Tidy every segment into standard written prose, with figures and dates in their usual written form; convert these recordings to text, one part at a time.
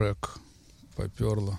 Трек поперло.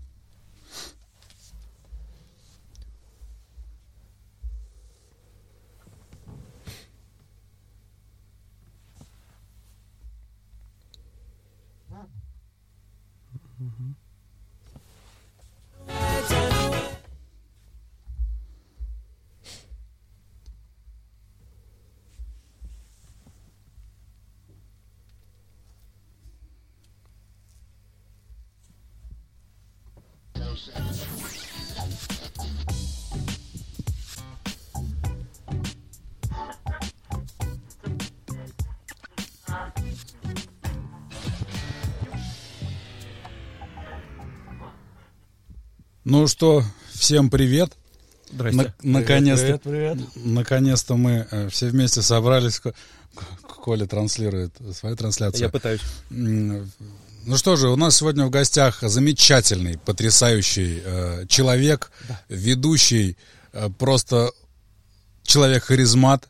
Ну что, всем привет. Здрасте. Наконец-то, Привет. наконец-то мы все вместе собрались. Коля транслирует свою трансляцию. Я пытаюсь. Ну что же, у нас сегодня в гостях замечательный, потрясающий человек, да. Ведущий, просто человек-харизмат.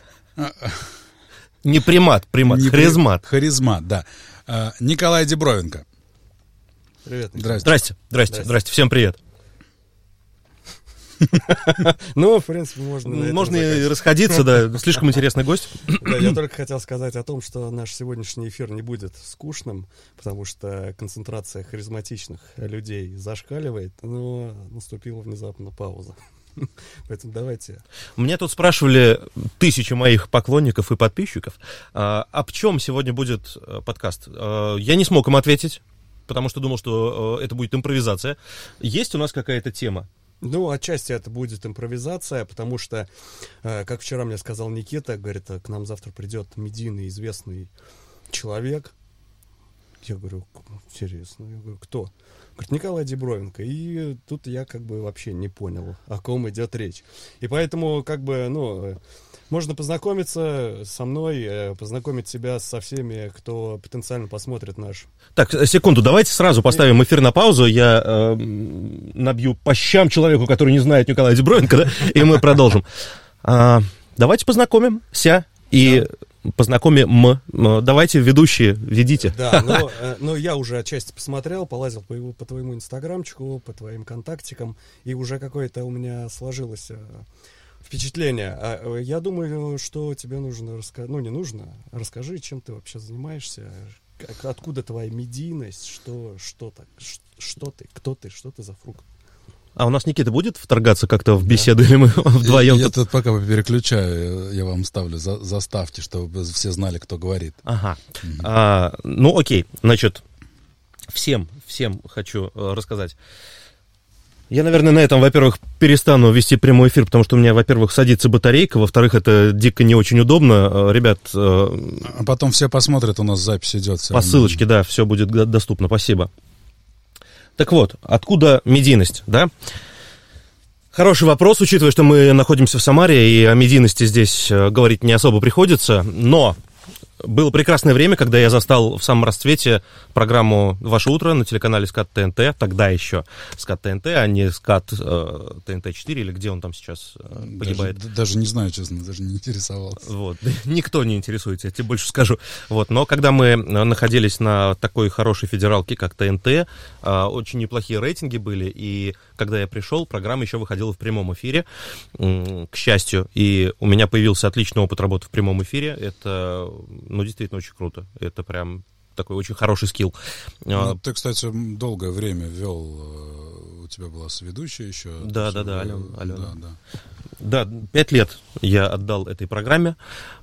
Не примат, харизмат. Харизмат, да. Николай Дебровенко. Привет. Здрасте, всем привет. Ну, в принципе, можно и расходиться, да. Слишком интересный гость. Да, я только хотел сказать о том, что наш сегодняшний эфир не будет скучным, потому что концентрация харизматичных людей зашкаливает, но наступила внезапно пауза. Поэтому давайте. Меня тут спрашивали тысячи моих поклонников и подписчиков, об чем сегодня будет подкаст. Я не смог им ответить, потому что думал, что это будет импровизация. Есть у нас какая-то тема? Ну, отчасти это будет импровизация, потому что, как вчера мне сказал Никита, говорит, к нам завтра придет медийный известный человек. Я говорю, интересно. Я говорю, кто? Говорит, Николай Дебровенко. И тут я как бы вообще не понял, о ком идет речь. И поэтому как бы, ну, можно познакомиться со мной, познакомить себя со всеми, кто потенциально посмотрит наш. Так, секунду, давайте сразу поставим эфир на паузу. Я набью по щам человеку, который не знает Николая Дебровенко, да? И мы продолжим. Давайте познакомимся и познакомим. Давайте, ведущие, ведите. Да, но я уже отчасти посмотрел, полазил по твоему инстаграмчику, по твоим контактикам, и уже какое-то у меня сложилось впечатление. Я думаю, что тебе нужно рассказать, ну не нужно, расскажи, чем ты вообще занимаешься, откуда твоя медийность, что ты, кто ты, что ты за фрукт. А у нас Никита будет вторгаться как-то в беседу, или мы вдвоем? Я тут пока переключаю, я вам ставлю заставки, чтобы все знали, кто говорит. Ага. Ну окей, значит, всем хочу рассказать. Я, наверное, на этом, во-первых, перестану вести прямой эфир, потому что у меня, во-первых, садится батарейка, во-вторых, это дико не очень удобно. Ребят... А потом все посмотрят, у нас запись идет. По ссылочке, да, все будет доступно, спасибо. Так вот, откуда медийность, да? Хороший вопрос, учитывая, что мы находимся в Самаре, и о медийности здесь говорить не особо приходится, но... Было прекрасное время, когда я застал в самом расцвете программу «Ваше утро» на телеканале СКАТ ТНТ, тогда еще СКАТ ТНТ, а не СКАТ ТНТ-4, или где он там сейчас погибает. Даже не знаю, честно, даже не интересовался. Вот. Никто не интересуется, я тебе больше скажу. Вот. Но когда мы находились на такой хорошей федералке, как ТНТ, очень неплохие рейтинги были, и когда я пришел, программа еще выходила в прямом эфире, к счастью, и у меня появился отличный опыт работы в прямом эфире. Это, ну, действительно очень круто. Это прям такой очень хороший скилл. Ну, ты, кстати, долгое время вел, у тебя была соведущая еще. Да, Алена. Да, 5 лет я отдал этой программе,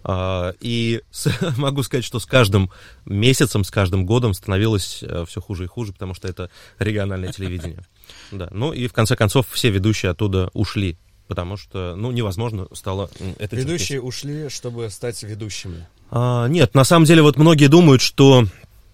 и могу сказать, что с каждым месяцем, с каждым годом становилось все хуже и хуже, потому что это региональное телевидение. Да. Ну и в конце концов все ведущие оттуда ушли, потому что, ну, невозможно стало это терпеть. Ведущие ушли, чтобы стать ведущими. Нет, на самом деле вот многие думают, что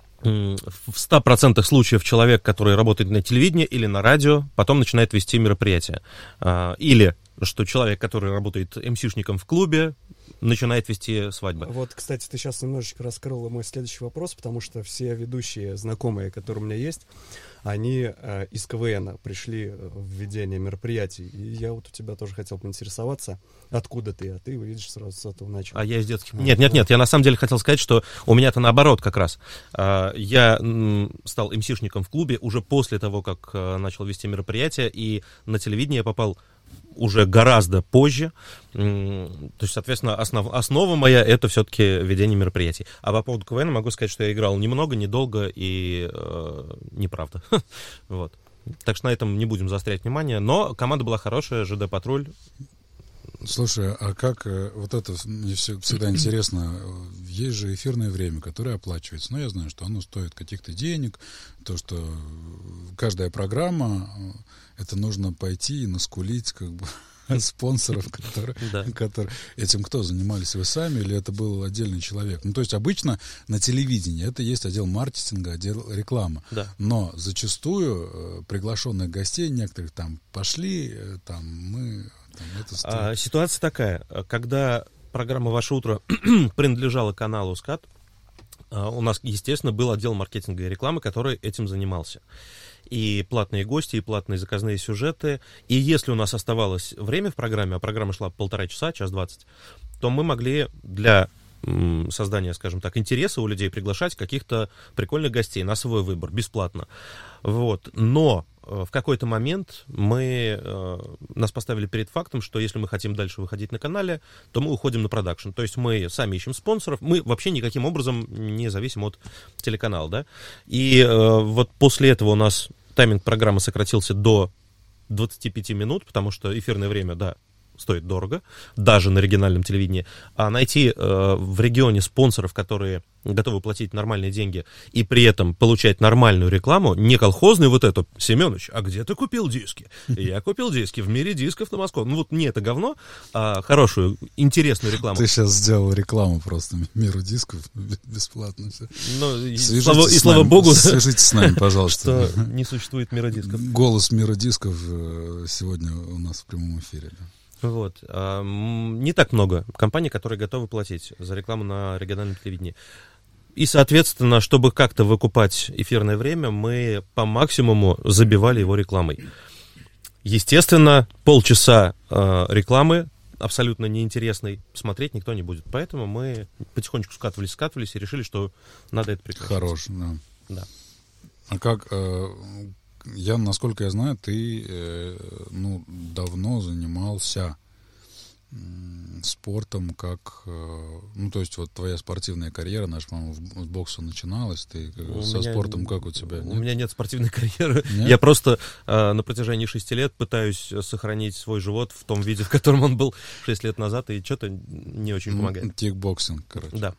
в 100% случаев человек, который работает на телевидении или на радио, потом начинает вести мероприятие. Или что человек, который работает МСишником в клубе, начинает вести свадьбы. Вот, кстати, ты сейчас немножечко раскрыл мой следующий вопрос, потому что все ведущие, знакомые, которые у меня есть, они из КВН пришли в ведение мероприятий. И я вот у тебя тоже хотел поинтересоваться, откуда ты, а ты, видишь, сразу с этого начал. А я из детских... Нет, я на самом деле хотел сказать, что у меня-то наоборот как раз. Я стал МСишником в клубе уже после того, как начал вести мероприятия, и на телевидение я попал уже гораздо позже. То есть, соответственно, основа моя — это все-таки ведение мероприятий. А по поводу КВН могу сказать, что я играл немного, недолго и неправда. Вот. Так что на этом не будем заострять внимание. Но команда была хорошая, ЖД «Патруль». Слушай, а как вот это мне всегда интересно, есть же эфирное время, которое оплачивается, но я знаю, что оно стоит каких-то денег, то, что каждая программа, это нужно пойти и наскулить как бы спонсоров, которые этим кто занимались, вы сами или это был отдельный человек? Ну, то есть обычно на телевидении это есть отдел маркетинга, отдел рекламы, но зачастую приглашенных гостей некоторых там пошли, там мы... Ситуация такая, когда программа «Ваше утро» принадлежала каналу СКАТ, у нас, естественно, был отдел маркетинга и рекламы, который этим занимался. И платные гости, и платные заказные сюжеты. И если у нас оставалось время в программе, а программа шла 1,5 часа, 1:20, то мы могли для создания, скажем так, интереса у людей приглашать каких-то прикольных гостей на свой выбор, бесплатно. Вот. Но в какой-то момент нас поставили перед фактом, что если мы хотим дальше выходить на канале, то мы уходим на продакшн. То есть мы сами ищем спонсоров, мы вообще никаким образом не зависим от телеканала, да. И вот после этого у нас тайминг программы сократился до 25 минут, потому что эфирное время, да, стоит дорого, даже на региональном телевидении, а найти в регионе спонсоров, которые готовы платить нормальные деньги и при этом получать нормальную рекламу, не колхозную вот эту, Семенович, а где ты купил диски? Я купил диски в «Мире дисков» на Москву. Ну вот не это говно, а хорошую, интересную рекламу. Ты сейчас сделал рекламу просто «Миру дисков» бесплатно. Все. Ну, и слава богу, свяжитесь с нами, пожалуйста. Что не существует «Мира дисков». Голос «Мира дисков» сегодня у нас в прямом эфире. Вот. Не так много компаний, которые готовы платить за рекламу на региональном телевидении. И, соответственно, чтобы как-то выкупать эфирное время, мы по максимуму забивали его рекламой. Естественно, полчаса рекламы абсолютно неинтересной смотреть никто не будет. Поэтому мы потихонечку скатывались и решили, что надо это прекратить. Хорош, да. Да. А как... насколько я знаю, ты давно занимался спортом, как, то есть вот твоя спортивная карьера, наша, по-моему, с бокса начиналась, ты со спортом как у тебя? У меня нет спортивной карьеры, нет? Я просто на протяжении 6 лет пытаюсь сохранить свой живот в том виде, в котором он был 6 лет назад, и что-то не очень помогает. Кикбоксинг, короче. Да.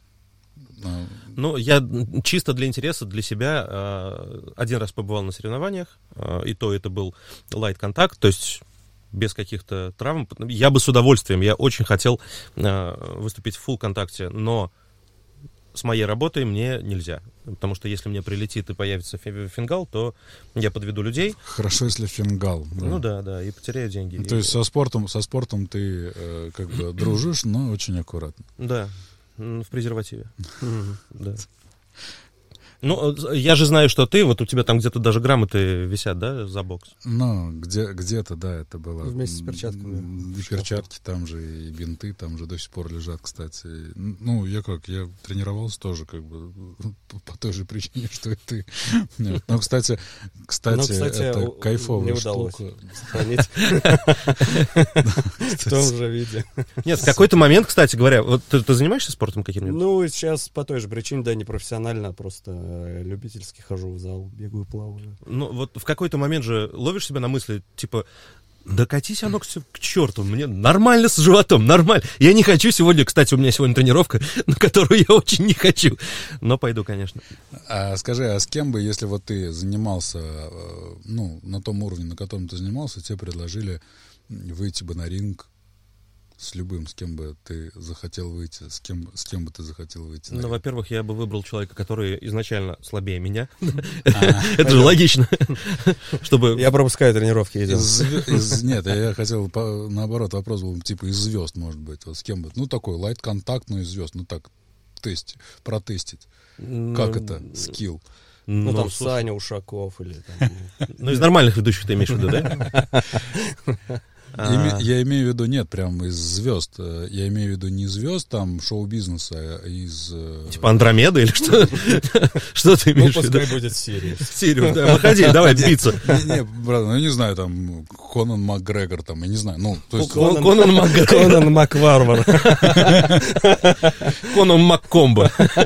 Ну, я чисто для интереса, для себя один раз побывал на соревнованиях, и то это был лайт-контакт, то есть без каких-то травм. Я бы с удовольствием, я очень хотел выступить в фулл-контакте, но с моей работой мне нельзя, потому что если мне прилетит и появится фингал, то я подведу людей. Хорошо, если фингал. Да. Ну да, и потеряю деньги. То есть со спортом ты как бы дружишь, но очень аккуратно. Да. В презервативе. Да. Ну, я же знаю, что ты, вот у тебя там где-то даже грамоты висят, да, за бокс? Ну, где-то, да, это было. Вместе с перчатками. И перчатки там же, и бинты там же до сих пор лежат, кстати. Ну, я тренировался тоже, как бы, по той же причине, что и ты. Но, кстати, это кайфовая штука. Сохранить в том же виде. Нет, в какой-то момент, кстати говоря, вот ты занимаешься спортом каким-нибудь? Ну, сейчас по той же причине, да, не профессионально, а просто любительски хожу в зал, бегаю, плаваю. Ну, вот в какой-то момент же ловишь себя на мысли, типа, да катись оно к черту, мне нормально с животом, нормально. Я не хочу сегодня, кстати, у меня сегодня тренировка, на которую я очень не хочу, но пойду, конечно. А скажи, а с кем бы, если вот ты занимался, на том уровне, на котором ты занимался, тебе предложили выйти бы на ринг с любым, с кем бы ты захотел выйти, с кем бы ты захотел выйти. Ну, во-первых, я бы выбрал человека, который изначально слабее меня. Это же логично. Чтобы... Я пропускаю тренировки, идем. Нет, я хотел, наоборот, вопрос был, типа, из звезд, может быть, вот с кем бы. Ну, такой лайт-контакт, но из звезд, ну, так, протестить. Как это? Скилл. Ну, там Саня Ушаков или там... Ну, из нормальных ведущих ты имеешь в виду, да? Я имею в виду, нет, прям из звезд. Я имею в виду не звезд там шоу-бизнеса, а из... Типа Андромеда или что? Что ты имеешь в виду? Ну, пускай будет Сириус. Сириус, да, выходи, давай биться. Не, брат, ну, я не знаю, там, Конан Макгрегор, там, я не знаю, ну, то есть... Конан Макгрегор. Конан Макварвар. Конан Маккомбо.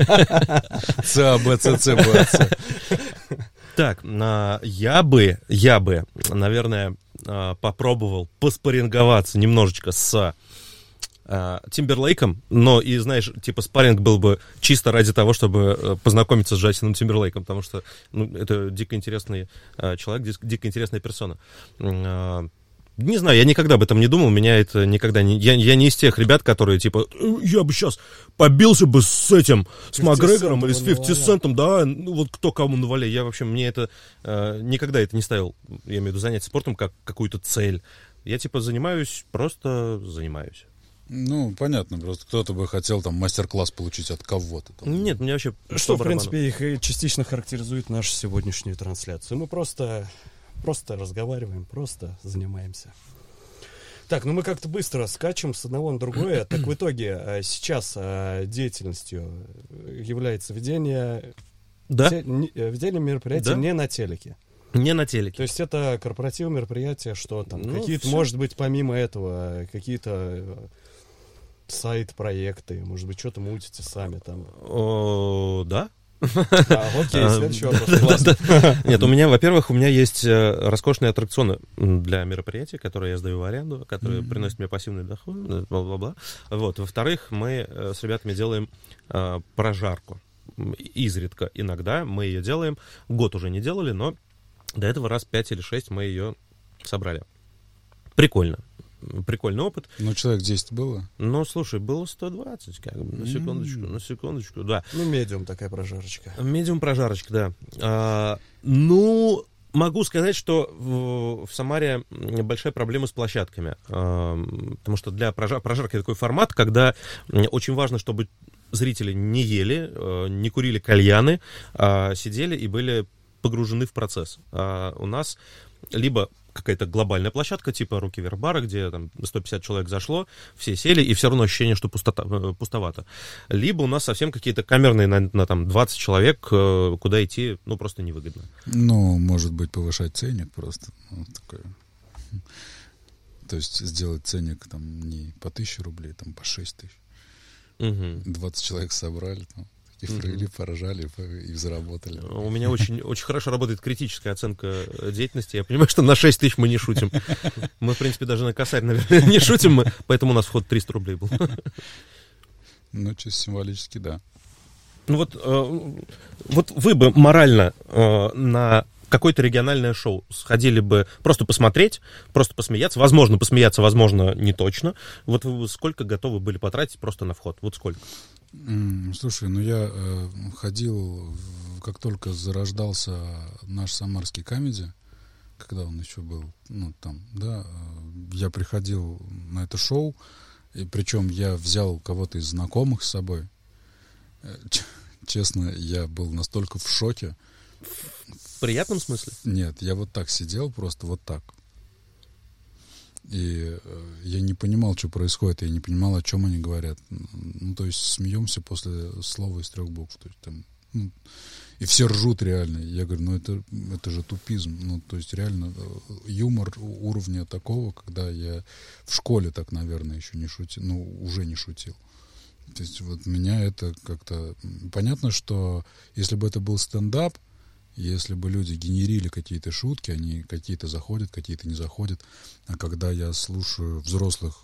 ЦАБЦЦБЦ. Так, я бы, наверное, попробовал поспарринговаться немножечко с Тимберлейком, но и, знаешь, типа спарринг был бы чисто ради того, чтобы познакомиться с Джастином Тимберлейком, потому что это дико интересный человек, дико интересная персона. Не знаю, я никогда об этом не думал, меня это никогда не... Я не из тех ребят, которые, типа, я бы сейчас побился бы с этим, с Макгрегором или с 50 Центом, да, ну вот кто кому наваляет. Я вообще, мне это... никогда это не ставил, я имею в виду, занятие спортом как какую-то цель. Я, типа, просто занимаюсь. Ну, понятно, просто кто-то бы хотел там мастер-класс получить от кого-то. Там. Нет, мне вообще... Что, в принципе, их и частично характеризует нашу сегодняшнюю трансляцию. Мы просто разговариваем, просто занимаемся. Так, ну мы как-то быстро скачем с одного на другое. Так в итоге сейчас деятельностью является ведение мероприятий не на телеке. Не на телеке. То есть это корпоратив, мероприятия, что там? Ну, какие-то, всё. может быть, помимо этого, какие-то сайт-проекты, может быть, что-то мутите сами там. Да. Окей, следующий вопрос. Классно. Нет, у меня есть роскошные аттракционы для мероприятий, которые я сдаю в аренду, которые приносят мне пассивный доход, бла-бла-бла. Вот. Во-вторых, мы с ребятами делаем прожарку. Изредка, иногда мы ее делаем. Год уже не делали, но до этого раз 5 или 6 мы ее собрали. Прикольно. Прикольный опыт. Ну, человек 10 было? Ну, слушай, было 120, как бы, на секундочку, да. Ну, медиум такая прожарочка. Медиум прожарочка, да. Ну, могу сказать, что в Самаре большая проблема с площадками. Потому что для прожарки такой формат, когда очень важно, чтобы зрители не ели, не курили кальяны, а сидели и были погружены в процесс. У нас либо какая-то глобальная площадка, типа «Руки вверх бара», где там 150 человек зашло, все сели, и все равно ощущение, что пустовато. Либо у нас совсем какие-то камерные на там 20 человек, куда идти, ну, просто невыгодно. Ну, может быть, повышать ценник просто. Ну, такое. То есть сделать ценник там не по 1000 рублей, там по 6 тысяч. 20 человек собрали, там, и провели, поражали и заработали. У меня очень, очень хорошо работает критическая оценка деятельности. Я понимаю, что на 6 тысяч мы не шутим. Мы, в принципе, даже на косарь, наверное, не шутим, поэтому у нас вход 300 рублей был. Ну, чисто символически, да. Ну вот вы бы морально на какое-то региональное шоу сходили бы просто посмотреть, просто посмеяться, возможно, посмеяться, возможно, не точно. Вот вы сколько готовы были потратить просто на вход? Вот сколько? Слушай, ну я ходил, как только зарождался наш самарский комеди, когда он еще был, ну там, да, я приходил на это шоу, и причем я взял кого-то из знакомых с собой. Честно, я был настолько в шоке. В приятном смысле? Нет, я вот так сидел, просто вот так. И я не понимал, что происходит, я не понимал, о чем они говорят. Ну, то есть смеемся после слова из 3 букв. То есть, там, ну, и все ржут реально. Я говорю, ну это же тупизм. Ну, то есть реально юмор уровня такого, когда я в школе так, наверное, еще не шутил, ну, уже не шутил. То есть вот меня это как-то... Понятно, что если бы это был стендап, если бы люди генерили какие-то шутки, они какие-то заходят, какие-то не заходят. А когда я слушаю взрослых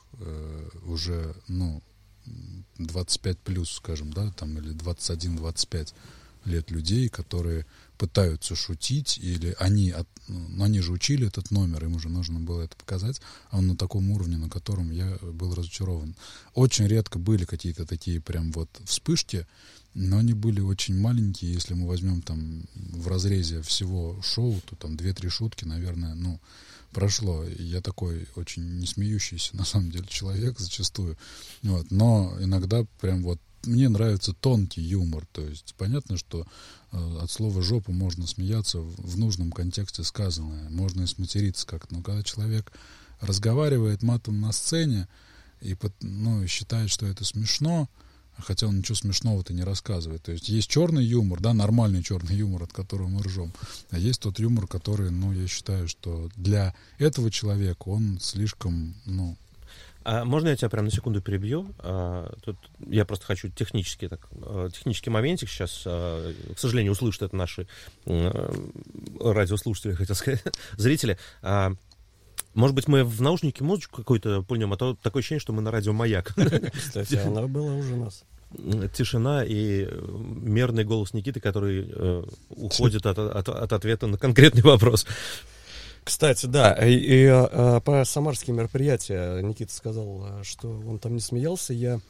уже, ну, 25 плюс, скажем, да, там, или 21-25, лет людей, которые пытаются шутить, или они же учили этот номер, им уже нужно было это показать, а он на таком уровне, на котором я был разочарован. Очень редко были какие-то такие прям вот вспышки, но они были очень маленькие. Если мы возьмем там в разрезе всего шоу, то там 2-3 шутки, наверное, прошло. Я такой очень не смеющийся, на самом деле, человек зачастую. Вот. Но иногда прям вот мне нравится тонкий юмор. То есть понятно, что от слова «жопа» можно смеяться в нужном контексте сказанное. Можно и сматериться как-то. Но когда человек разговаривает матом на сцене и считает, что это смешно, хотя он ничего смешного-то не рассказывает. То есть есть черный юмор, да, нормальный черный юмор, от которого мы ржем. А есть тот юмор, который, я считаю, что для этого человека он слишком, А можно я тебя прям на секунду перебью? Тут я просто хочу технический моментик сейчас. К сожалению, услышат это наши радиослушатели, хотел сказать, зрители. Может быть, мы в наушнике музычку какую-то пульнем, а то такое ощущение, что мы на радио «Маяк». Кстати, она была уже у нас. Тишина и мерный голос Никиты, который уходит от ответа на конкретный вопрос. Кстати, да, и по самарским мероприятиям Никита сказал, что он там не смеялся. Я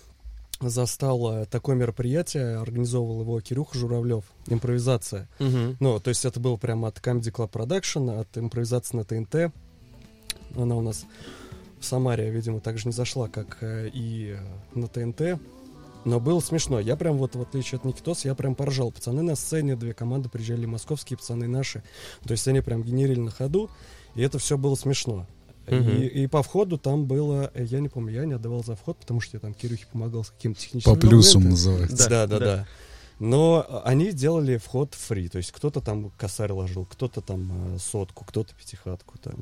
застал такое мероприятие, организовывал его Кирюха Журавлев, импровизация. То есть это было прямо от Comedy Club Production, от импровизации на ТНТ. Она у нас в Самаре, видимо, так же не зашла, как и на ТНТ. Но было смешно. Я прям в отличие от Никитоса, я прям поржал. Пацаны на сцене, 2 команды приезжали, московские пацаны наши. То есть они прям генерили на ходу, и это все было смешно. И по входу там было, я не помню, я не отдавал за вход, потому что я там Кирюхе помогал с каким-то техническим по плюсам называется. Да. Но они делали вход фри. То есть кто-то там косарь ложил, кто-то там 100, кто-то 5. Там.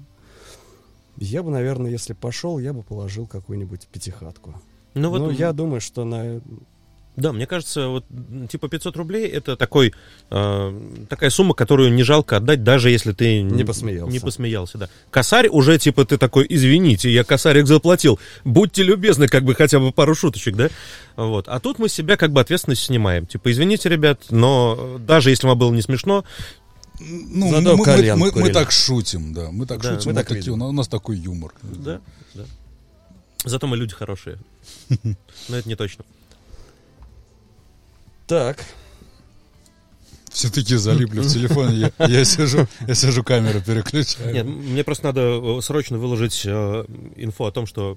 Я бы, наверное, если пошел, я бы положил какую-нибудь 5. Я думаю, что Да, мне кажется, 500 рублей это такая сумма, которую не жалко отдать, даже если ты не посмеялся. Не посмеялся, да. Косарь уже, ты такой, извините, я косарик заплатил, будьте любезны, хотя бы пару шуточек, да? Вот. А тут мы с себя ответственность снимаем. Извините, ребят, но даже если вам было не смешно, мы так шутим, да. Мы так шутим, у нас такой юмор. Да. Зато мы люди хорошие. Но это не точно. Так. Все-таки залипли в телефоне. Я сижу, камеру переключаю. Нет, мне просто надо срочно выложить инфу о том, что,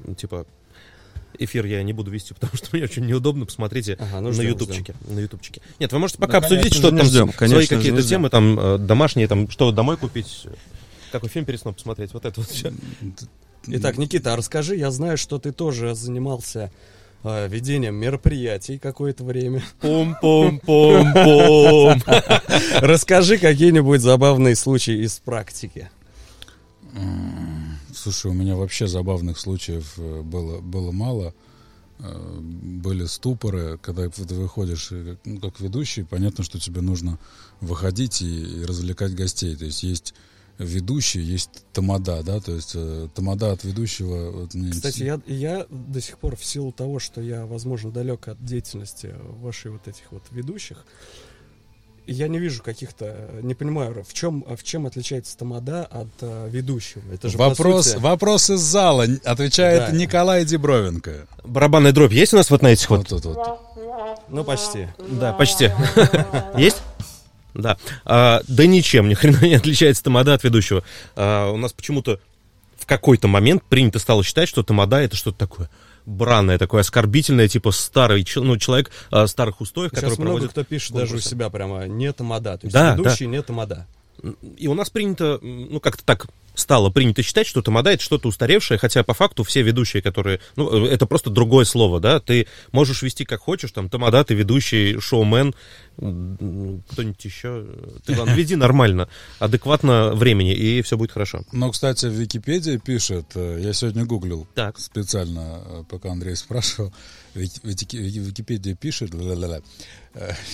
эфир я не буду вести, потому что мне очень неудобно. Посмотрите на ютубчике. Нет, вы можете пока обсудить, что там свои какие-то темы, там домашние, там что домой купить, какой фильм перед сном посмотреть, вот это вот все. Итак, Никита, расскажи, я знаю, что ты тоже занимался ведением мероприятий какое-то время. Пум-пум-пум-пум. Расскажи какие-нибудь забавные случаи из практики. Слушай, у меня вообще забавных случаев было мало. Были ступоры, когда ты выходишь как ведущий, понятно, что тебе нужно выходить и развлекать гостей. То есть ведущий, есть тамада, да, то есть тамада от ведущего. Кстати, я до сих пор в силу того, что я, возможно, далек от деятельности ваших этих ведущих, я не вижу не понимаю, в чем отличается тамада от ведущего. Это же вопрос из зала, отвечает Николай Дебровенко. Барабанная дробь есть у нас на этих вот? Ну, почти. Да, почти. Есть? Да. Да ничем, ни хрена не отличается тамада от ведущего. У нас почему-то в какой-то момент принято стало считать, что тамада это что-то такое бранное, такое оскорбительное, старый человек старых устоев, который проводит... много кто пишет конкурсы. Даже у себя прямо не тамада, то есть ведущий не тамада. И у нас принято, как-то так стало принято считать, что тамада это что-то устаревшее, хотя по факту все ведущие, которые... это просто другое слово, да? Ты можешь вести как хочешь, там, тамада, ты ведущий, шоумен, кто-нибудь еще. Ты, ладно, веди нормально, адекватно времени, и все будет хорошо. Но, кстати, в Википедии пишет, я сегодня гуглил специально, пока Андрей спрашивал, Википедия пишет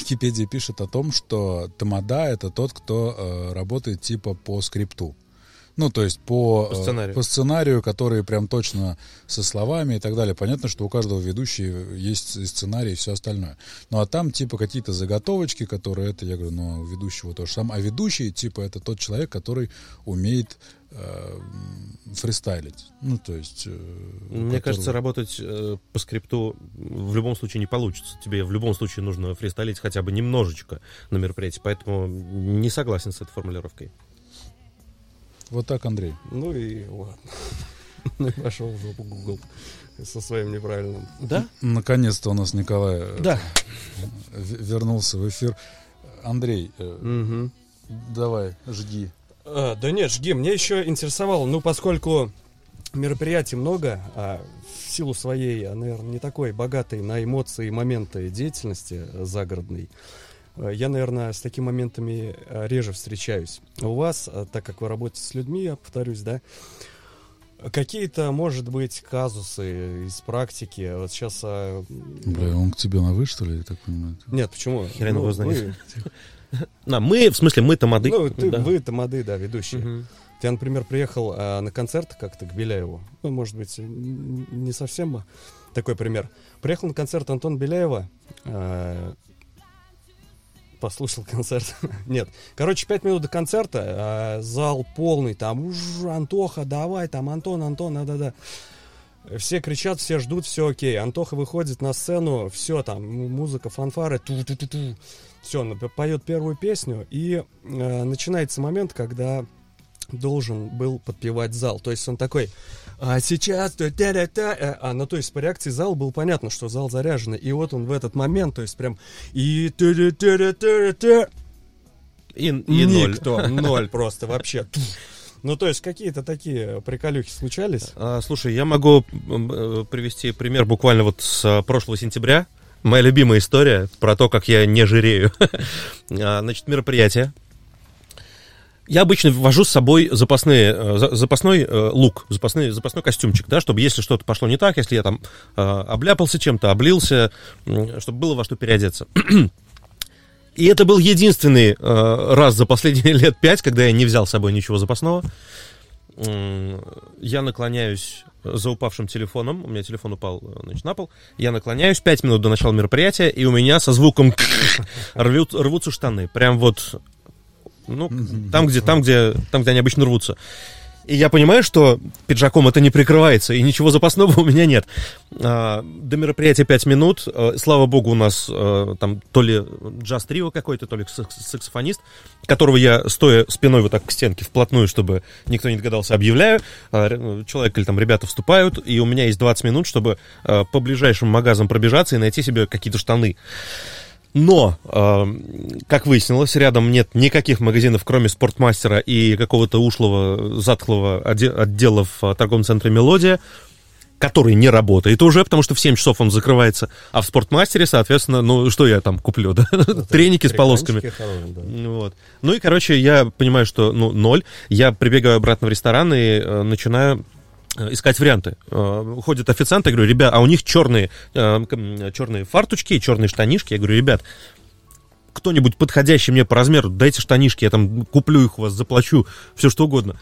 о том, что тамада это тот, кто работает по скрипту. Ну, то есть по сценарию, который прям точно со словами и так далее. Понятно, что у каждого ведущего есть и сценарий, и все остальное. Ну, а там, типа, какие-то заготовочки, которые это, я говорю, ну, у ведущего то же самое. А ведущий, типа, это тот человек, который умеет фристайлить. Ну, то есть... Мне кажется, работать по скрипту в любом случае не получится. Тебе в любом случае нужно фристайлить хотя бы немножечко на мероприятии, поэтому не согласен с этой формулировкой. Вот так, Андрей. Ну и ладно. Ну и пошел в жопу Google со своим неправильным. Да? Наконец-то у нас Николай да. вернулся в эфир. Андрей, давай, жги. Да нет, жги. Мне еще интересовало, ну, поскольку мероприятий много, а в силу своей, наверное, не такой богатой на эмоции и моменты деятельности загородной, я, наверное, с такими моментами реже встречаюсь. У вас, так как вы работаете с людьми, я повторюсь, да, какие-то, может быть, казусы из практики. Вот сейчас... Бля, он к тебе на вы, что ли, я так понимаю? Нет, почему? Хрен его знает. Мы, в смысле, мы тамады. Ну, вы тамады, да, ведущие. Я, например, приехал на концерт как-то к Беляеву. Ну, может быть, не совсем такой пример. Приехал на концерт Антона Беляева, послушал концерт. Нет. Короче, 5 минут до концерта, зал полный, там, Антоха, давай, там, Антон, да-да-да. Все кричат, все ждут, все окей. Антоха выходит на сцену, все там, музыка, фанфары, ту-ту-ту-ту. Все, поет первую песню, и начинается момент, когда должен был подпевать зал. То есть он такой, а сейчас... Ну, то есть по реакции зала было понятно, что зал заряжен. И вот он в этот момент, то есть прям... И никто, ноль просто вообще. Ну, то есть какие-то такие приколюхи случались? Слушай, я могу привести пример буквально вот с прошлого сентября. Моя любимая история про то, как я не жирею. Значит, мероприятие. Я обычно ввожу с собой запасной лук, запасной костюмчик, да, чтобы если что-то пошло не так, если я там обляпался чем-то, облился, чтобы было во что переодеться. И это был единственный раз за последние лет 5, когда я не взял с собой ничего запасного. Я наклоняюсь за упавшим телефоном. У меня телефон упал, значит, на пол. Я наклоняюсь 5 минут до начала мероприятия, и у меня со звуком рвутся штаны. Прям вот, ну, там, где они обычно рвутся. И я понимаю, что пиджаком это не прикрывается, и ничего запасного у меня нет. До мероприятия 5 минут. Слава богу, у нас там то ли джаз-трио какой-то, то ли саксофонист, которого я, стоя спиной вот так к стенке вплотную, чтобы никто не догадался, объявляю. Человек или там ребята вступают, и у меня есть 20 минут, чтобы по ближайшим магазам пробежаться и найти себе какие-то штаны. Но, как выяснилось, рядом нет никаких магазинов, кроме Спортмастера и какого-то ушлого, затхлого отдела в торговом центре «Мелодия», который не работает уже, потому что в 7 часов он закрывается. А в Спортмастере, соответственно, ну, что я там куплю, да? Треники с полосками. Вот. Ну и, короче, я понимаю, что, ну, 0. Я прибегаю обратно в ресторан и начинаю искать варианты. Ходят официанты, я говорю, ребят, а у них черные фарточки и черные штанишки. Я говорю, ребят, кто-нибудь подходящий мне по размеру, дайте штанишки, я там куплю их у вас, заплачу, все что угодно.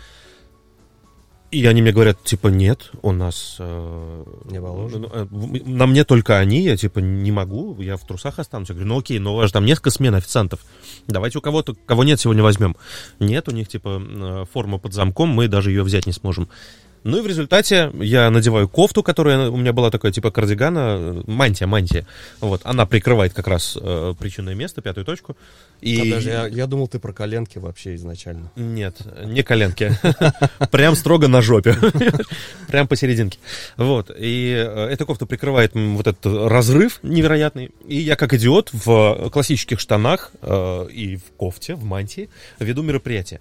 И они мне говорят, типа, нет, у нас... не положено. На мне только они, я, типа, не могу, я в трусах останусь. Я говорю, ну окей, но у вас же там несколько смен официантов. Давайте у кого-то, кого нет, сегодня возьмем. Нет, у них, типа, форма под замком, мы даже ее взять не сможем. Ну и в результате я надеваю кофту, которая у меня была такая типа кардигана, мантия. Вот, она прикрывает как раз причинное место, 5-ю точку. И... Подожди, я думал, ты про коленки вообще изначально. Нет, не коленки. Прям строго на жопе. Прям посерединке. Вот, и эта кофта прикрывает вот этот разрыв невероятный. И я как идиот в классических штанах и в кофте, в мантии веду мероприятие.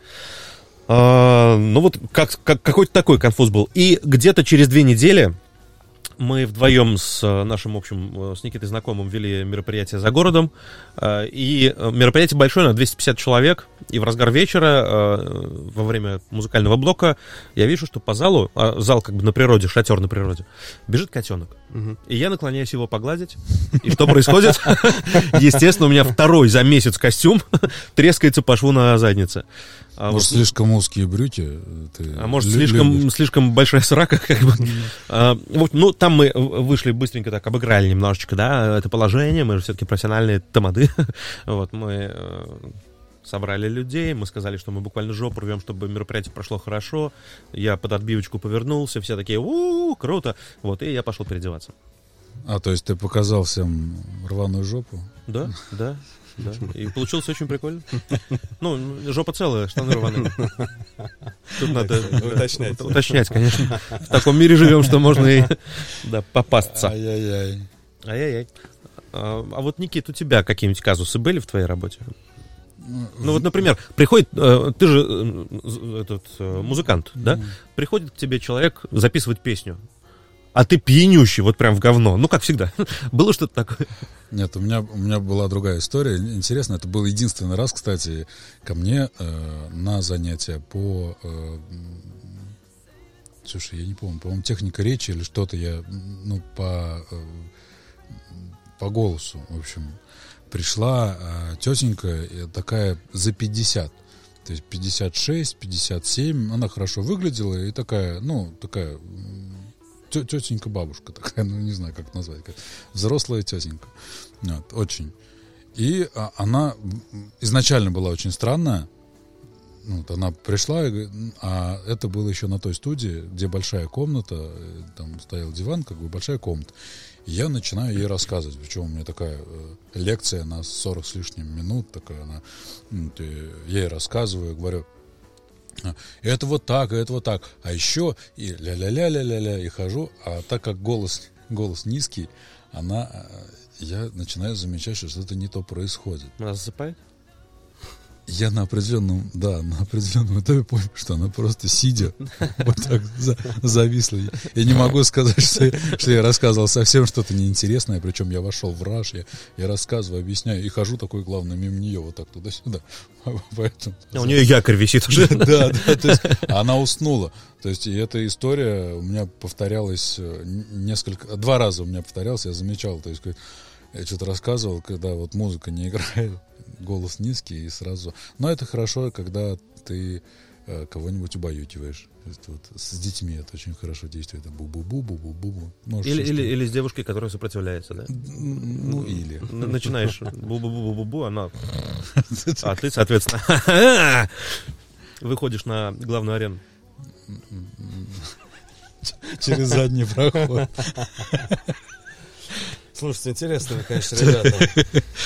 Ну вот какой-то такой конфуз был. И где-то через 2 недели мы вдвоем с нашим общим, с Никитой знакомым вели мероприятие за городом. И мероприятие большое, на 250 человек. И в разгар вечера, во время музыкального блока, я вижу, что по залу, зал как бы на природе, шатер на природе, бежит котенок. И я наклоняюсь его погладить. И что происходит? Естественно, у меня 2-й за месяц костюм трескается по шву на заднице. Может, слишком узкие брюки? Может, слишком большая срака, как бы. Вот, там мы вышли быстренько так, обыграли немножечко, да, это положение, мы же все-таки профессиональные тамады. Вот, мы собрали людей, мы сказали, что мы буквально жопу рвем, чтобы мероприятие прошло хорошо. Я под отбивочку повернулся, все такие, круто. Вот, и я пошел переодеваться. То есть ты показал всем рваную жопу? Да. И получилось очень прикольно. Ну, жопа целая, штаны рваные. Тут надо уточнять, конечно. В таком мире живем, что можно и попасться. Ай-яй-яй. А вот, Никит, у тебя какие-нибудь казусы были в твоей работе? Ну вот, например, приходит, ты же музыкант, да? Приходит к тебе человек записывать песню, а ты пьянющий, вот прям в говно. Ну, как всегда. Было что-то такое? Нет, у меня была другая история. Интересно, это был единственный раз, кстати, ко мне на занятия по... слушай, я не помню, по-моему, техника речи или что-то я, по голосу, в общем, пришла тетенька такая за 50. То есть 56, 57. Она хорошо выглядела и такая, тетенька-бабушка такая, не знаю, как назвать, взрослая тетенька. Вот, очень. И она изначально была очень странная. Вот, она пришла, а это было еще на той студии, где большая комната, там стоял диван, большая комната. И я начинаю ей рассказывать, причем у меня такая лекция на 40 с лишним минут, такая она, я ей рассказываю, говорю, это вот так, а еще и ля-ля-ля-ля-ля-ля, и хожу, а так как голос низкий, я начинаю замечать, что что-то не то происходит. Она засыпает? Я на определенном этапе понял, что она просто сидя вот так зависла. Я не могу сказать, что я рассказывал совсем что-то неинтересное, причем я вошел в раж, я рассказываю, объясняю, и хожу такой, главное, мимо нее вот так туда-сюда. Поэтому, у нее якорь висит уже. Да, то есть она уснула. То есть и эта история у меня повторялась 2 раза у меня повторялась, я замечал, то есть я что-то рассказывал, когда вот музыка не играет, голос низкий и сразу... Но это хорошо, когда ты кого-нибудь убаюкиваешь. Вот с детьми это очень хорошо действует. Бу-бу-бу-бу-бу-бу. Или с девушкой, которая сопротивляется, да? Или. Начинаешь бу-бу-бу-бу-бу, она... А ты, соответственно, выходишь на главную арену. Через задний проход. Слушайте, интересно вы, конечно, ребята.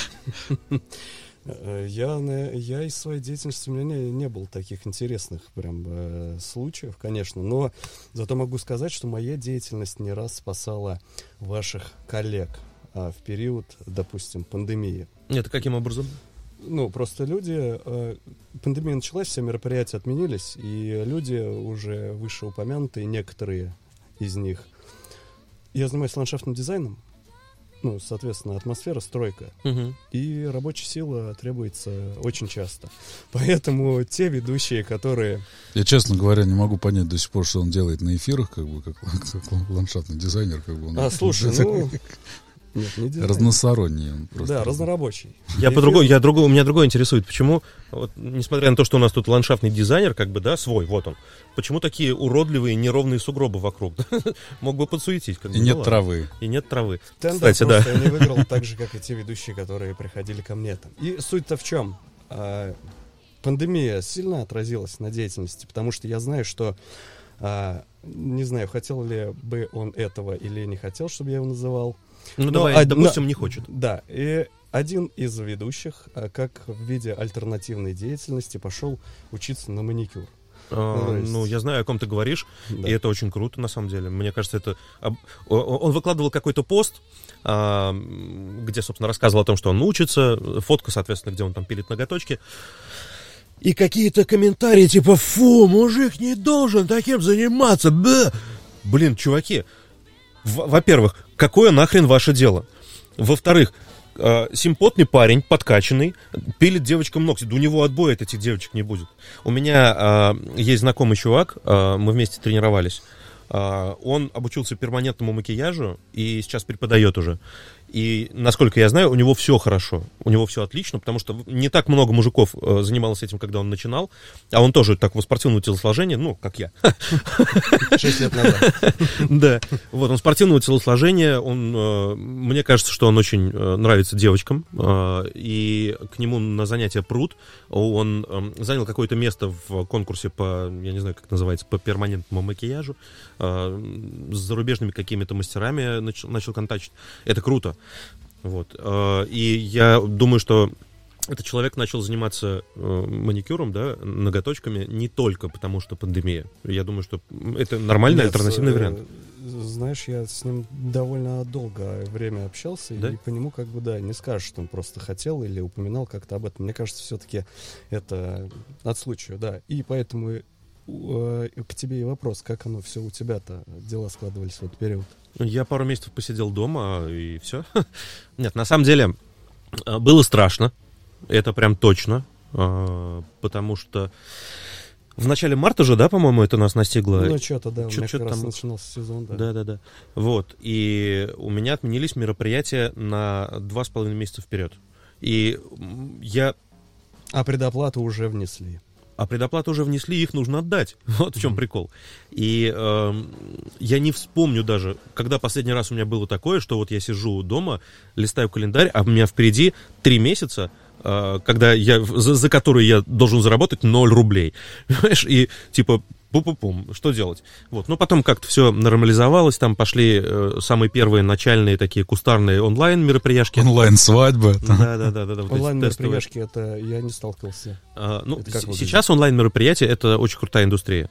Я из своей деятельности, у меня не было таких интересных прям случаев, конечно, но зато могу сказать, что моя деятельность не раз спасала ваших коллег в период, допустим, пандемии. Это каким образом? Просто люди... Пандемия началась, все мероприятия отменились, и люди уже вышеупомянутые, некоторые из них... Я занимаюсь ландшафтным дизайном, соответственно, атмосфера, стройка. И рабочая сила требуется очень часто. Поэтому те ведущие, которые... Я, честно говоря, не могу понять до сих пор, что он делает на эфирах, как ландшафтный дизайнер. Слушай, нет, не дизайнер. Разносторонний он просто. Да, разнорабочий. У меня другое интересует. Почему, несмотря на то, что у нас тут ландшафтный дизайнер, свой, вот он, почему такие уродливые неровные сугробы вокруг? Мог бы подсуетить. И нет травы. И нет травы. Тендер кстати, просто я не выиграл так же, как и те ведущие, которые приходили ко мне там. И суть-то в чем? Пандемия сильно отразилась на деятельности, потому что я знаю, что не знаю, хотел ли бы он этого или не хотел, чтобы я его называл. Допустим, не хочет. Да, и один из ведущих, как в виде альтернативной деятельности, пошел учиться на маникюр. Я знаю, о ком ты говоришь, да. И это очень круто, на самом деле. Мне кажется, это... Он выкладывал какой-то пост, где, собственно, рассказывал о том, что он учится, фотка, соответственно, где он там пилит ноготочки. И какие-то комментарии типа: «Фу, мужик не должен таким заниматься, б!» Блин, чуваки, во-первых, какое нахрен ваше дело? Во-вторых, симпотный парень, подкачанный, пилит девочкам ногти. Да у него отбоя от этих девочек не будет. У меня есть знакомый чувак, мы вместе тренировались. Он обучился перманентному макияжу и сейчас преподает уже. И, насколько я знаю, у него все хорошо, у него все отлично, потому что не так много мужиков занималось этим, когда он начинал, а он тоже такого спортивного телосложения, ну, как я. 6 лет назад. Да, вот, он спортивного телосложения, мне кажется, что он очень нравится девочкам, и к нему на занятия прут, он занял какое-то место в конкурсе по, я не знаю, как называется, по перманентному макияжу, с зарубежными какими-то мастерами начал контактить. Это круто. Вот. И я думаю, что этот человек начал заниматься маникюром, да, ноготочками не только потому, что пандемия. Я думаю, что это нормальный альтернативный вариант. Знаешь, я с ним довольно долгое время общался, да? И по нему как бы, да, не скажешь, что он просто хотел или упоминал как-то об этом. Мне кажется, все-таки это от случая, да. И поэтому к тебе и вопрос, как оно все у тебя-то, дела складывались в этот период? Я пару месяцев посидел дома, и все. Нет, на самом деле, было страшно. Это прям точно. Потому что в начале марта же, да, по-моему, это нас настигло. Ну, что-то, да, у меня как раз там начинался сезон, да. Да. Вот. И у меня отменились мероприятия на 2,5 месяца вперед. И я... А предоплату уже внесли. А предоплату уже внесли, их нужно отдать. Вот в чем прикол. И я не вспомню даже, когда последний раз у меня было такое, что вот я сижу дома, листаю календарь, а у меня впереди 3 месяца, когда за которые я должен заработать 0 рублей. Понимаешь? И типа, пум-пум-пум, что делать? Вот. Но потом как-то все нормализовалось, там пошли самые первые начальные такие кустарные онлайн-мероприятия. Онлайн-свадьба. Да. Онлайн-мероприятия, это я не сталкивался. Ну, сейчас онлайн-мероприятия — это очень крутая индустрия.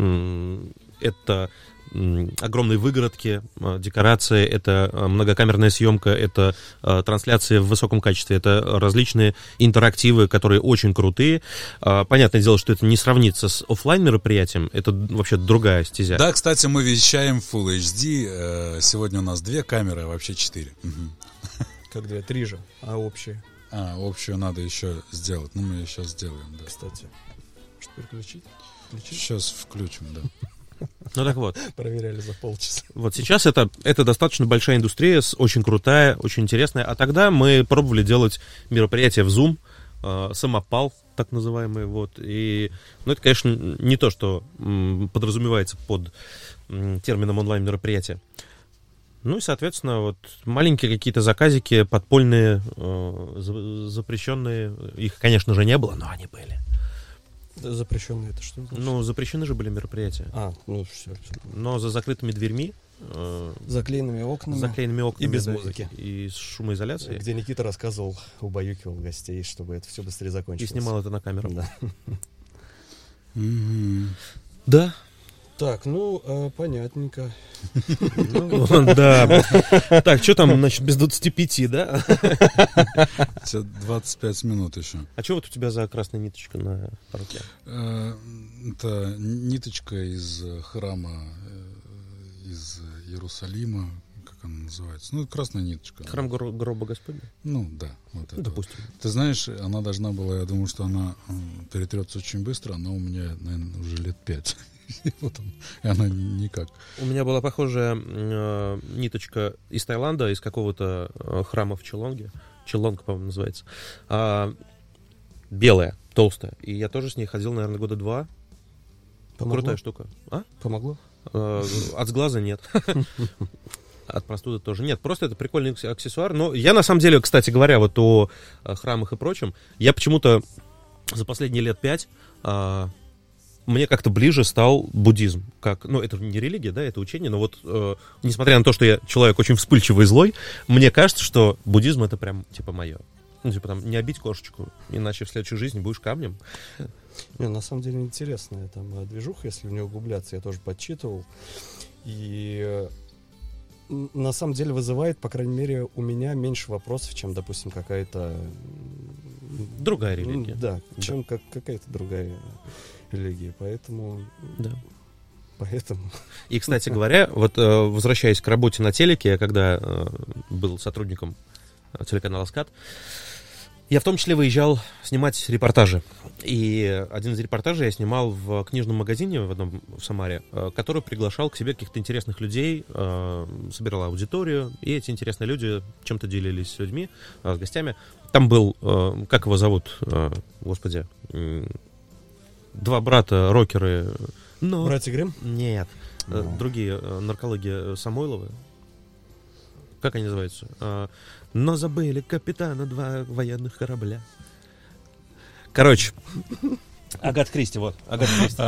Это огромные выгородки, декорации, это многокамерная съемка, это трансляции в высоком качестве, это различные интерактивы, которые очень крутые. Понятное дело, что это не сравнится с офлайн мероприятием, это вообще другая стезя. Да, кстати, мы вещаем в Full HD. Сегодня у нас 2 камеры, а вообще 4. Как 2, 3 же, а общие? Общую надо еще сделать. Ну, мы ее сейчас сделаем, да. Кстати, что переключить? Сейчас включим, да. Ну так вот. Проверяли за полчаса. Вот сейчас это достаточно большая индустрия, очень крутая, очень интересная. А тогда мы пробовали делать мероприятия в Zoom, самопал, так называемый. Вот. И, ну, это, конечно, не то, что подразумевается под термином онлайн-мероприятия. Ну и, соответственно, вот маленькие какие-то заказики, подпольные, запрещенные. Их, конечно же, не было, но они были. Запрещенные это что? Ну, запрещены же были мероприятия. Ну все. Но за закрытыми дверьми. Заклеенными окнами. Заклеенными окнами. И без музыки. И с шумоизоляцией. Где Никита рассказывал, убаюкивал гостей, чтобы это все быстрее закончилось. И снимал это на камеру. Да. Да. Так, ну, понятненько. Да. Так, что там, значит, без 25, да? 25 минут еще. А что вот у тебя за красная ниточка на руке? Это ниточка из храма, из Иерусалима. Как она называется? Ну, красная ниточка. Храм гроба Господня? Ну, да. Вот это. Допустим. Ты знаешь, она должна была, я думаю, что она перетрется очень быстро, но у меня, наверное, уже лет 5. И она никак. У меня была похожая ниточка из Таиланда, из какого-то храма в Чилонге. Чилонг, по-моему, называется. Белая, толстая. И я тоже с ней ходил, наверное, 2 года. Помогло? Крутая штука. Помогло? От сглаза нет. От простуды тоже нет. Просто это прикольный аксессуар. Но я, на самом деле, кстати говоря, вот о храмах и прочем, я почему-то за последние лет 5 мне как-то ближе стал буддизм. Ну, это не религия, да, это учение, но вот, несмотря на то, что я человек очень вспыльчивый и злой, мне кажется, что буддизм — это прям, типа, мое. Ну, типа, там, не обидь кошечку, иначе в следующей жизни будешь камнем. Не, на самом деле интересная там движуха, если в нее углубляться, я тоже подсчитывал. И на самом деле вызывает, по крайней мере, у меня меньше вопросов, чем, допустим, какая-то... Другая религия. Да, чем какая-то другая религия, поэтому... Да. Поэтому... И, кстати говоря, вот возвращаясь к работе на телеке, я когда был сотрудником телеканала «Скат», Я в том числе выезжал снимать репортажи. И один из репортажей я снимал в книжном магазине в одном в Самаре, который приглашал к себе каких-то интересных людей, собирал аудиторию, и эти интересные люди чем-то делились с людьми, с гостями. Там был, как его зовут, господи, два брата, рокеры. Но... Братья Гримм? Нет, другие, наркологи Самойловы. Как они называются? Но забыли капитана два военных корабля. Короче, Агат Кристи, вот. Агат Кристи.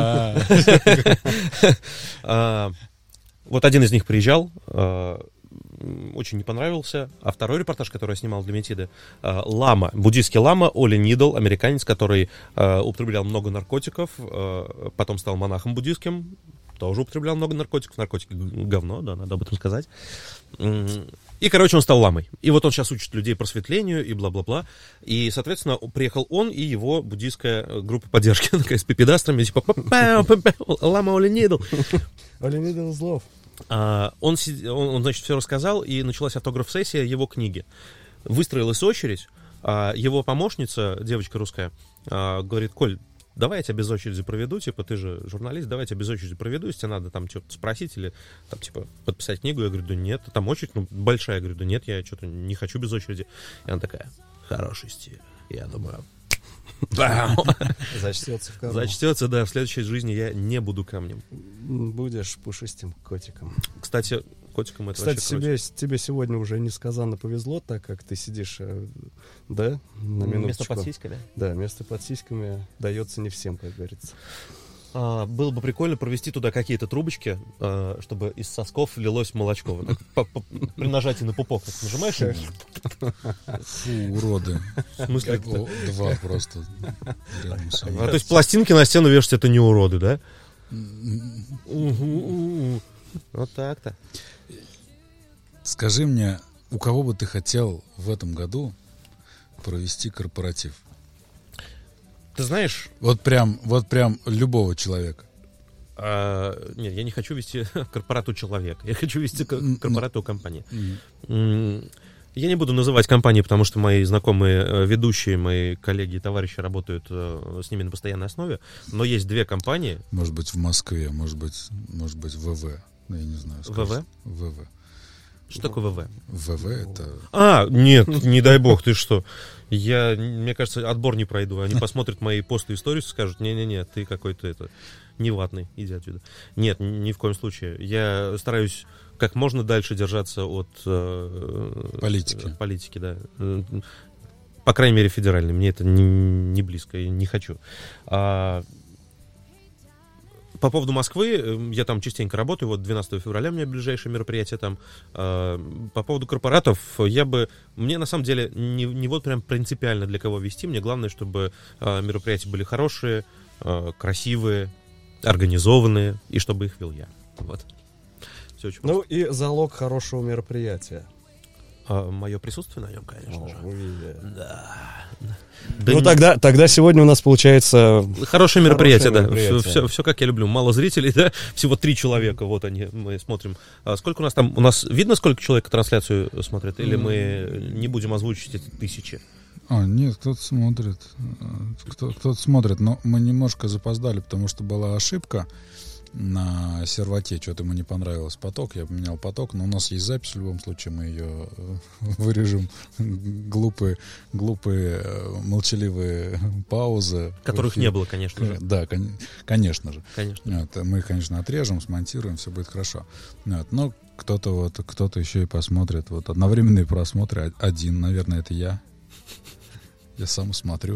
Вот один из них приезжал, очень не понравился. А второй репортаж, который я снимал для Метиды, лама, буддийский лама Оли Нидл, американец, который употреблял много наркотиков, потом стал монахом буддийским, тоже употреблял много наркотиков. Наркотики говно, да, надо об этом сказать. И, короче, он стал ламой. И вот он сейчас учит людей просветлению и бла-бла-бла. И, соответственно, приехал он и его буддийская группа поддержки. Такая с пипедастрами, типа лама Оли Нидл. Оли Нидл злов. Он, значит, все рассказал, и началась автограф-сессия его книги. Выстроилась очередь, его помощница, девочка русская, говорит: Коль, давай я тебя без очереди проведу, типа, ты же журналист, давай я тебя без очереди проведу, если тебе надо там что-то спросить или там, типа, подписать книгу. Я говорю: да нет, там очередь, большая. Я говорю: да нет, я что-то не хочу без очереди. И она такая: хороший стиль. Я думаю... Зачтется в камень. Зачтется, да, в следующей жизни я не буду камнем. Будешь пушистым котиком. Кстати, котиком это Кстати, вообще тебе сегодня уже несказанно повезло, так как ты сидишь, да, на минуточку. Место под сиськами? Да, место под сиськами дается не всем, как говорится. Было бы прикольно провести туда какие-то трубочки, чтобы из сосков лилось молочко. Вот так, при нажатии на пупок так нажимаешь. Фу, уроды. В смысле? Два просто рядом со мной. То есть пластинки на стену вешать — это не уроды, да? Вот так-то. Скажи мне, у кого бы ты хотел в этом году провести корпоратив? Ты знаешь... Вот прям любого человека. Нет, я не хочу вести корпорату человека. Я хочу вести корпорату компании. Я не буду называть компании, потому что мои знакомые ведущие, мои коллеги и товарищи работают с ними на постоянной основе. Но есть две компании. Может быть, в Москве, может быть, ВВ. Я не знаю. ВВ? ВВ. Что такое ВВ? ВВ — это... Нет, не дай бог, ты что? Мне кажется, отбор не пройду. Они посмотрят мои посты и сторис и скажут: не-не-не, ты какой-то неватный, иди отсюда. Нет, ни в коем случае. Я стараюсь как можно дальше держаться от политики, да. По крайней мере, федеральной. Мне это не близко, я не хочу. По поводу Москвы, я там частенько работаю, вот 12 февраля у меня ближайшее мероприятие там. По поводу корпоратов, мне на самом деле не вот прям принципиально для кого вести, мне главное, чтобы мероприятия были хорошие, красивые, организованные, и чтобы их вел я. Вот. Все очень просто. И залог хорошего мероприятия. Мое присутствие на нем, конечно же. Да. Тогда сегодня у нас получается... Хорошее мероприятие, да. Все как я люблю. Мало зрителей, да. Всего 3 человека. Вот они, мы смотрим. Сколько у нас там? У нас видно, сколько человек трансляцию смотрит? Или мы не будем озвучить эти тысячи? Нет, кто-то смотрит. Кто-то смотрит, но мы немножко запоздали, потому что была ошибка на серваке, что-то ему не понравилось поток, я поменял поток, но у нас есть запись, в любом случае мы ее вырежем. Глупые, молчаливые паузы. Которых не было, конечно же. Да, конечно же. Конечно. Вот, мы их, конечно, отрежем, смонтируем, все будет хорошо. Вот, но кто-то еще и посмотрит. Вот одновременные просмотры, один, наверное, это я. Я сам смотрю.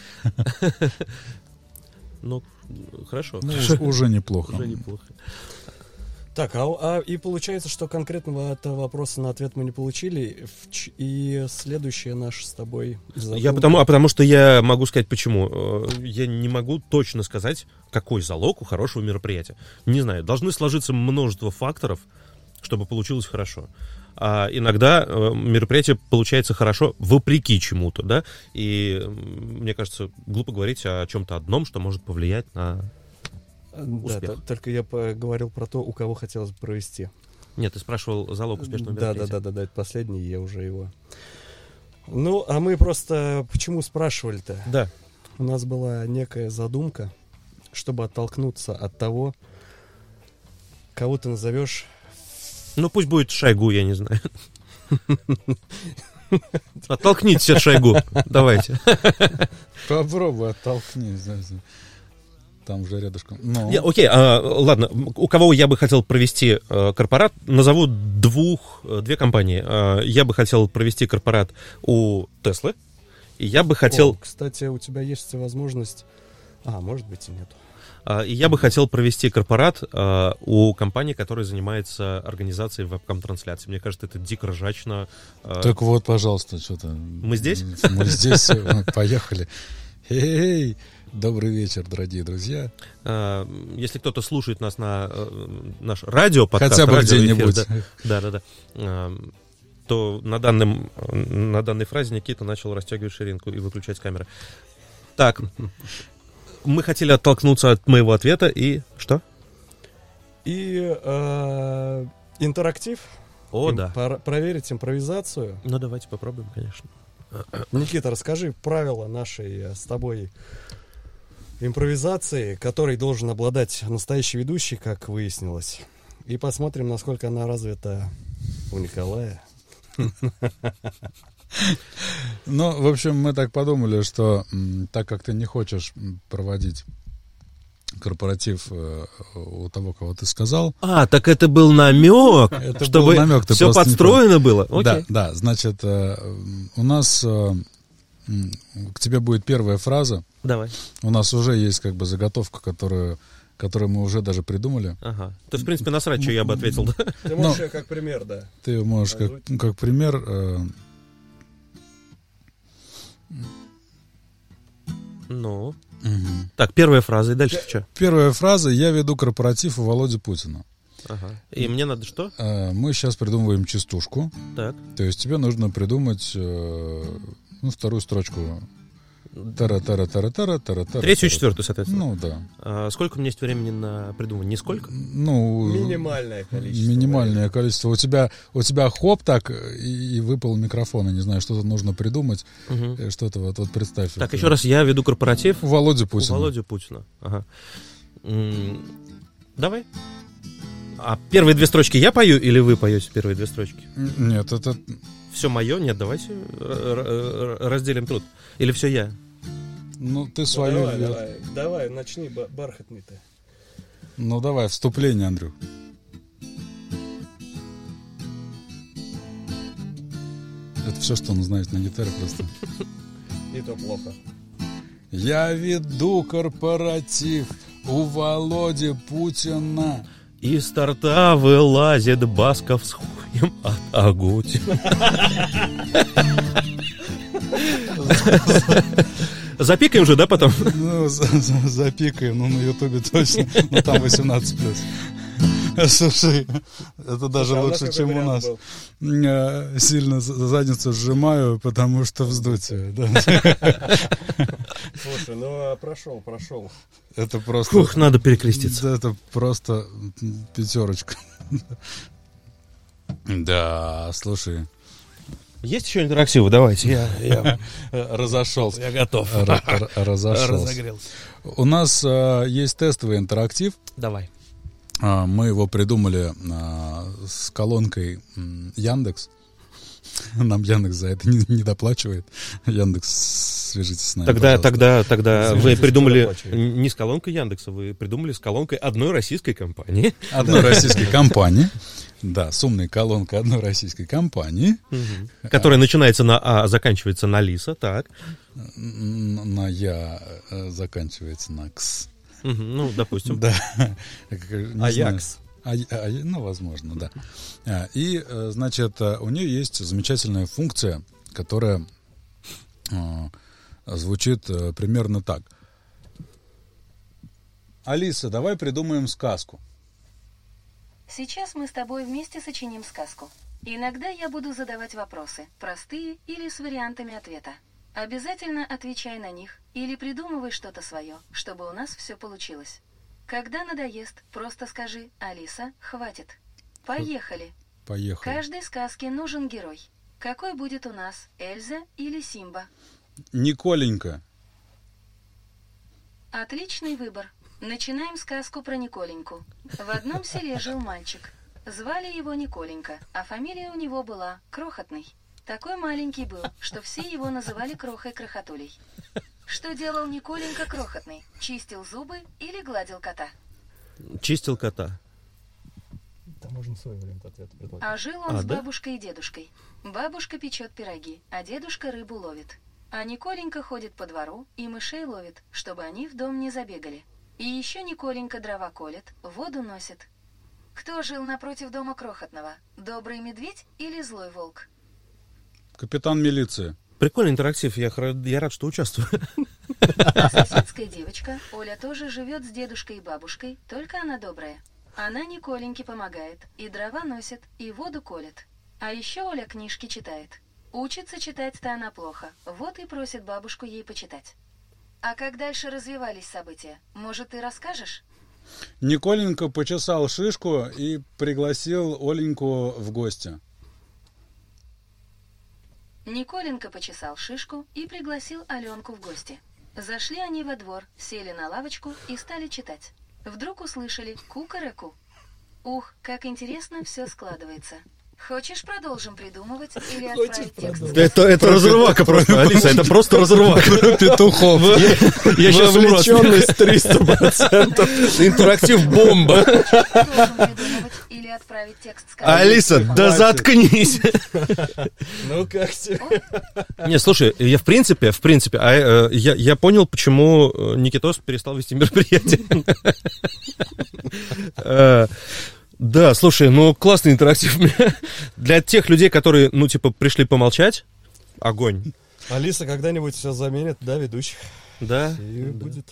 Ну, хорошо. Уже неплохо. Уже неплохо. Так, и получается, что конкретного вопроса на ответ мы не получили. И следующее наш с тобой... Потому что я могу сказать, почему. Я не могу точно сказать, какой залог у хорошего мероприятия. Не знаю, должны сложиться множество факторов, чтобы получилось хорошо. А иногда мероприятие получается хорошо вопреки чему-то, да, и мне кажется, глупо говорить о чем-то одном, что может повлиять на успех. Да, только я поговорил про то, у кого хотелось бы провести. Нет, ты спрашивал залог успешного мероприятия. Да, это последний, я уже его... Ну, а мы просто почему спрашивали-то? Да. У нас была некая задумка, чтобы оттолкнуться от того, кого ты назовешь. Ну, пусть будет Шойгу, я не знаю. Оттолкнитесь от Шойгу. Давайте. Попробуй оттолкни. Там уже рядышком. Окей, ладно. У кого я бы хотел провести корпорат, назову две компании. Я бы хотел провести корпорат у Теслы. И я бы хотел... Кстати, у тебя есть возможность... может быть и нету. И я бы хотел провести корпорат у компании, которая занимается организацией вебкам-трансляций. Мне кажется, это дико ржачно. Так вот, пожалуйста, что-то... Мы здесь? Мы здесь, поехали. Эй, добрый вечер, дорогие друзья. Если кто-то слушает нас на наш радиоподкаст... Хотя бы где-нибудь. Да. То на данной фразе Никита начал расстегивать ширинку и выключать камеры. Так... Мы хотели оттолкнуться от моего ответа и что? И интерактив. Да. Проверить импровизацию. Ну, давайте попробуем, конечно. Никита, расскажи правила нашей с тобой импровизации, которой должен обладать настоящий ведущий, как выяснилось. И посмотрим, насколько она развита у Николая. Ну, в общем, мы так подумали, что так как ты не хочешь проводить корпоратив у того, кого ты сказал... Так это был намек, чтобы все подстроено было? Да, значит, у нас к тебе будет первая фраза. Давай. У нас уже есть как бы заготовка, которую мы уже даже придумали. Ага. То есть, в принципе, насрать, что я бы ответил, да? Ты можешь как пример, да. Ты можешь как пример... Ну. Угу. Так, первая фраза, и дальше что? Первая фраза: я веду корпоратив у Володи Путина. Ага. И мне надо что? Мы сейчас придумываем частушку. Так. То есть тебе нужно придумать вторую строчку. Тара-тара-тара-тара-тара-тара. Третью и четвертую, соответственно. Ну, да. Сколько у меня есть времени на придумывание? Нисколько? Минимальное количество. Минимальное количество. У тебя хоп так, и выпал микрофон. Я не знаю, что-то нужно придумать. Угу. Что-то вот представь. Так, еще раз, я веду корпоратив. У Володи Путина. У Володи Путина. Ага. Давай. А первые две строчки я пою, или вы поете первые две строчки? Нет, это... Все мое? Нет, давайте разделим труд. Или все я? Ну, ты свою... Давай, начни бархатный-то. Ну, давай, вступление, Андрюх. Это все, что он знает на гитаре просто. И то плохо. Я веду корпоратив у Володи Путина. Из торта вылазит Басков с хуем от Агутина. Запикаем же, да, потом? Ну, запикаем, на Ютубе точно. Ну, там 18+. Слушай, это даже лучше, чем у нас. Сильно задницу сжимаю, потому что вздутие. Слушай, прошел. Это просто... Фух, надо перекреститься. Это просто пятерочка. Да, слушай. Есть еще интерактивы? Давайте. Я разошелся. Я готов. Разошелся. Разогрелся. У нас есть тестовый интерактив. Давай. Мы его придумали с колонкой Яндекс. Нам Яндекс за это не доплачивает. Яндекс, свяжитесь с нами, Тогда вы придумали не с колонкой Яндекса, вы придумали с колонкой одной российской компании. Одной российской компании. Да, с умной колонкой одной российской компании. Которая начинается на А, заканчивается на Лиса, так. На Я, заканчивается на Кс. Ну, допустим. Да. Аякс. Ну, возможно, да. И, значит, у нее есть замечательная функция, которая звучит примерно так. Алиса, давай придумаем сказку. Сейчас мы с тобой вместе сочиним сказку. Иногда я буду задавать вопросы, простые или с вариантами ответа. Обязательно отвечай на них или придумывай что-то свое, чтобы у нас все получилось. Когда надоест, просто скажи: «Алиса, хватит». Поехали. Поехали. Каждой сказке нужен герой. Какой будет у нас, Эльза или Симба? Николенька. Отличный выбор. Начинаем сказку про Николеньку. В одном селе жил мальчик. Звали его Николенька, а фамилия у него была Крохотный. Такой маленький был, что все его называли Крохой-крохотулей. Что делал Николенька Крохотный? Чистил зубы или гладил кота? Чистил кота. Там можно свой вариант ответа предложить. А жил он с да? бабушкой и дедушкой. Бабушка печет пироги, а дедушка рыбу ловит. А Николенька ходит по двору и мышей ловит, чтобы они в дом не забегали. И еще Николенька дрова колет, воду носит. Кто жил напротив дома Крохотного? Добрый медведь или злой волк? Капитан милиции. Прикольный интерактив, я рад, что участвую. А соседская девочка, Оля, тоже живет с дедушкой и бабушкой, только она добрая. Она Николеньке помогает, и дрова носит, и воду колет. А еще Оля книжки читает. Учится читать-то она плохо, вот и просит бабушку ей почитать. А как дальше развивались события? Может, ты расскажешь? Николенька почесал шишку и пригласил Оленьку в гости. Николенька почесал шишку и пригласил Аленку в гости. Зашли они во двор, сели на лавочку и стали читать. Вдруг услышали кукареку. Ух, как интересно все складывается. Хочешь, продолжим придумывать или отправить текст? Это разрывака просто, Алиса, это просто разрывака. Петухов. Я сейчас умру. Вовлеченность 300%. Интерактив бомба. Продолжим придумывать или отправить текст сказки? Алиса, да заткнись. Ну как тебе? Не, слушай, я в принципе, я понял, почему Никитос перестал вести мероприятие. Да, слушай, ну классный интерактив. Для тех людей, которые, пришли помолчать, огонь. Алиса когда-нибудь все заменит, да, ведущих? Да. И будет.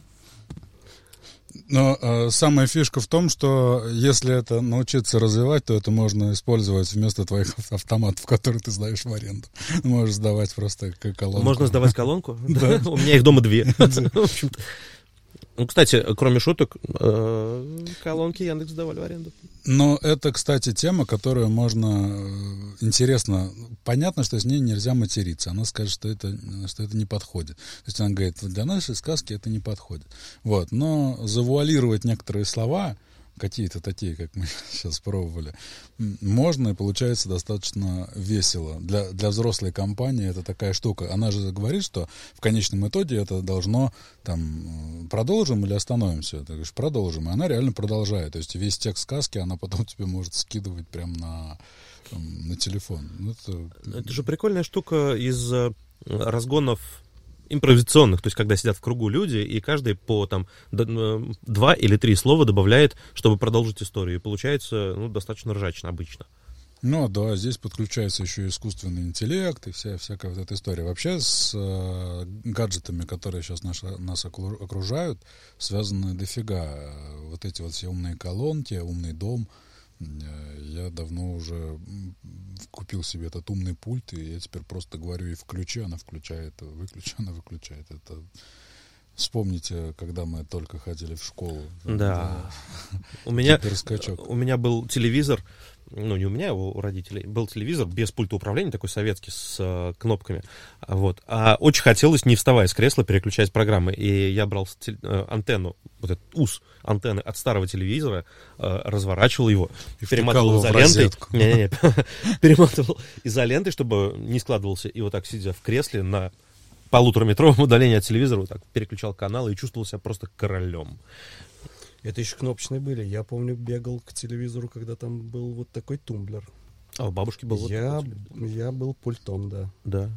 Но самая фишка в том, что если это научиться развивать, то это можно использовать вместо твоих автоматов, которые ты сдаешь в аренду. Можешь сдавать просто колонку. Можно сдавать колонку? Да. У меня их дома 2. В общем-то. Ну, кстати, кроме шуток, колонки Яндекс сдавали в аренду. Но это, кстати, тема, которую можно интересно. Понятно, что с ней нельзя материться. Она скажет, что это не подходит. То есть она говорит, для нашей сказки это не подходит. Вот. Но завуалировать некоторые слова, какие-то такие, как мы сейчас пробовали, можно, и получается достаточно весело. Для взрослой компании это такая штука. Она же говорит, что в конечном итоге это должно продолжим или остановимся? Ты говоришь, продолжим. И она реально продолжает. То есть весь текст сказки она потом тебе может скидывать прямо на телефон. Это же прикольная штука из разгонов импровизационных, то есть когда сидят в кругу люди, и каждый по 2 или 3 слова добавляет, чтобы продолжить историю. И получается достаточно ржачно обычно. Ну да, здесь подключается еще искусственный интеллект и всякая вот эта история. Вообще с гаджетами, которые сейчас нас окружают, связаны дофига. Вот эти вот все умные колонки, умный дом. Я давно уже купил себе этот умный пульт, и я теперь просто говорю, и включи, она включает, выключи, она выключает. Это вспомните, когда мы только ходили в школу. Да. У меня скачок. У меня был телевизор, не у меня, у родителей, был телевизор без пульта управления, такой советский, с кнопками. Вот. А очень хотелось, не вставая с кресла, переключать программы. И я брал антенну, вот этот ус антенны от старого телевизора, разворачивал его, перематывал изолентой. Перематывал изолентой, чтобы не складывался. И вот так, сидя в кресле на 1,5-метровом удалении от телевизора, вот так переключал каналы и чувствовал себя просто королем. Это еще кнопочные были. Я помню, бегал к телевизору, когда там был вот такой тумблер. А у бабушки был вот такой. Я был пультом, да. Да.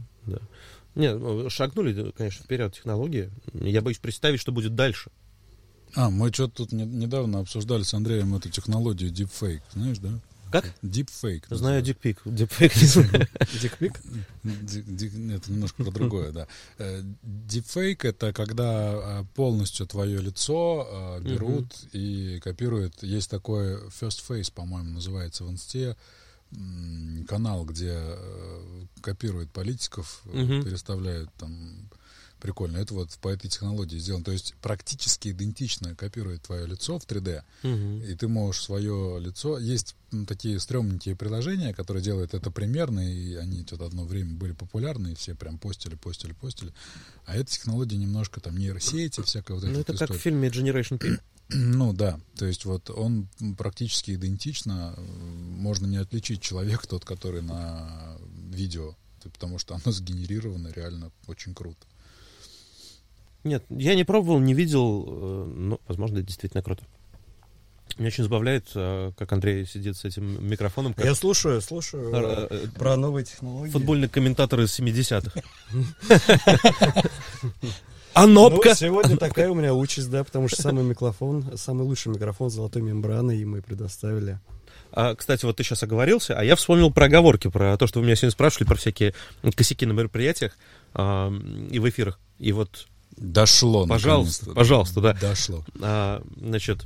Не, шагнули, конечно, вперед технологии. Я боюсь представить, что будет дальше. Мы что-то тут недавно обсуждали с Андреем эту технологию deepfake, знаешь, да? Как? Deepfake. Знаю дикпик. Дипфейк не знаю. Дикпик? Это немножко про другое, да. Deepfake — это когда полностью твое лицо берут и копируют. Есть такой First Face, по-моему, называется в Инсте, канал, где копируют политиков, переставляют там прикольно. Это вот по этой технологии сделано. То есть практически идентично копирует твое лицо в 3D, и ты можешь свое лицо... Есть такие стрёмненькие приложения, которые делают это примерно, и они что-то одно время были популярны, и все прям постили. А эта технология немножко там нейросети, всякая вот эта Ну, это вот как в история. фильме Generation P. Ну да, то есть вот он практически идентично, можно не отличить человека тот, который на видео, потому что оно сгенерировано реально очень круто. Нет, я не пробовал, не видел, но, возможно, это действительно круто. Меня очень забавляет, как Андрей сидит с этим микрофоном. Как Я слушаю про новые технологии. футбольный комментатор из 70-х. Анопка! Ну, сегодня такая у меня участь, да, потому что самый лучший микрофон с золотой мембраной, и мы предоставили. Кстати, вот ты сейчас оговорился, а я вспомнил про оговорки, про то, что вы меня сегодня спрашивали, про всякие косяки на мероприятиях и в эфирах. И вот... Дошло, Пожалуйста, да. Дошло. Значит,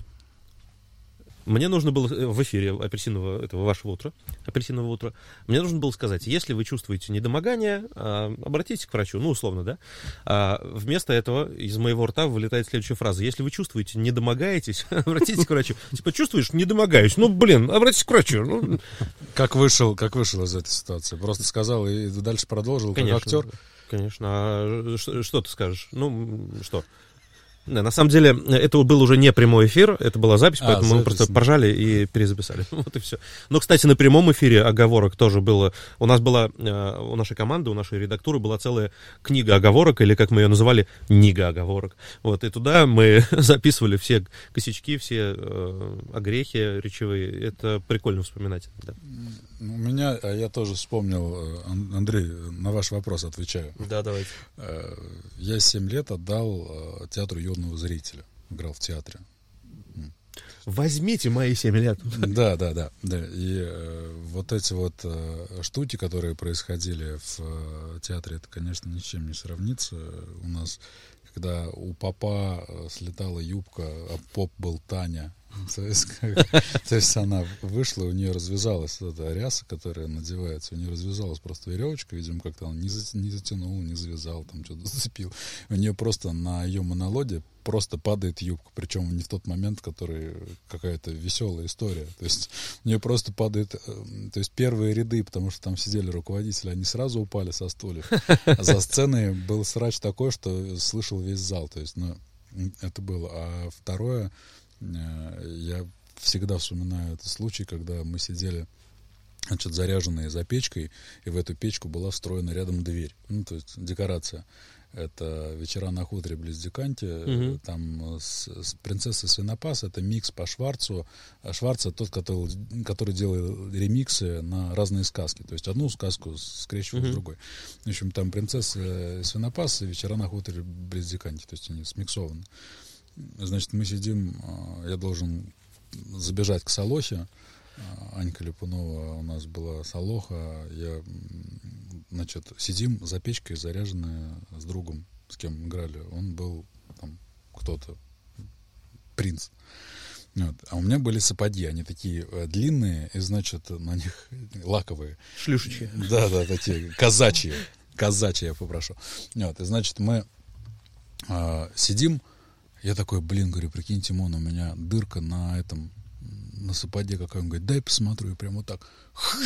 мне нужно было в эфире вашего утра, апельсинового утра, мне нужно было сказать, если вы чувствуете недомогание, обратитесь к врачу, ну, условно, да. Вместо этого из моего рта вылетает следующая фраза. Если вы чувствуете, недомогаетесь, обратитесь к врачу. Типа, чувствуешь, недомогаюсь? Ну, блин, обратитесь к врачу. Ну. Как вышел из этой ситуации? Просто сказал и дальше продолжил, Конечно, как актер? Конечно. А что ты скажешь? Ну, что? Да, на самом деле, это был уже не прямой эфир, это была запись, поэтому мы просто поржали и перезаписали. Вот и все. Но, кстати, на прямом эфире оговорок тоже было. У нашей команды, у нашей редактуры была целая книга оговорок, или, как мы ее называли, книга оговорок. Вот, и туда мы записывали все косячки, все огрехи речевые. Это прикольно вспоминать. Да. У меня, я тоже вспомнил, Андрей, на ваш вопрос отвечаю. Да, давайте. Я 7 лет отдал театру юного зрителя. Играл в театре. Возьмите мои 7 лет. Да. И вот эти вот штуки, которые происходили в театре, это, конечно, ничем не сравнится. У нас, когда у попа слетала юбка, а поп был Таня, то есть она вышла, у нее развязалась эта ряса, которая надевается, у нее развязалась просто веревочка, видимо, как-то он не затянул, не завязал, там что-то зацепил. У нее просто на ее монологе просто падает юбка, причем не в тот момент, который какая-то веселая история. То есть у нее просто падает, то есть первые ряды, потому что там сидели руководители, они сразу упали со стульев. А за сценой был срач такой, что слышал весь зал. То есть, ну, это было. А второе, я всегда вспоминаю этот случай, когда мы сидели, значит, заряженные за печкой, и в эту печку была встроена рядом дверь. Ну, то есть декорация. Это «Вечера на хуторе» близ Диканти. Там «Принцесса Свинопас» — это микс по Шварцу. Шварц — это тот, который делал ремиксы на разные сказки. То есть одну сказку скрещивал с другой. В общем, там «Принцесса Свинопас» и «Вечера на хуторе» близ Диканти. То есть они смиксованы. Значит, мы сидим, я должен забежать к Солохе. Анька Липунова у нас была Солоха. Значит, сидим за печкой, заряженная с другом, с кем играли. Он был там кто-то, принц. Вот. А у меня были сапоги, они такие длинные, и, значит, на них лаковые. Шлюшечки. Да, такие казачьи. Казачьи, я попрошу. Вот. И, значит, мы сидим. Я такой, говорю, прикинь, Тимон, у меня дырка на сапоге какая. Он говорит, дай посмотрю. И прям вот так,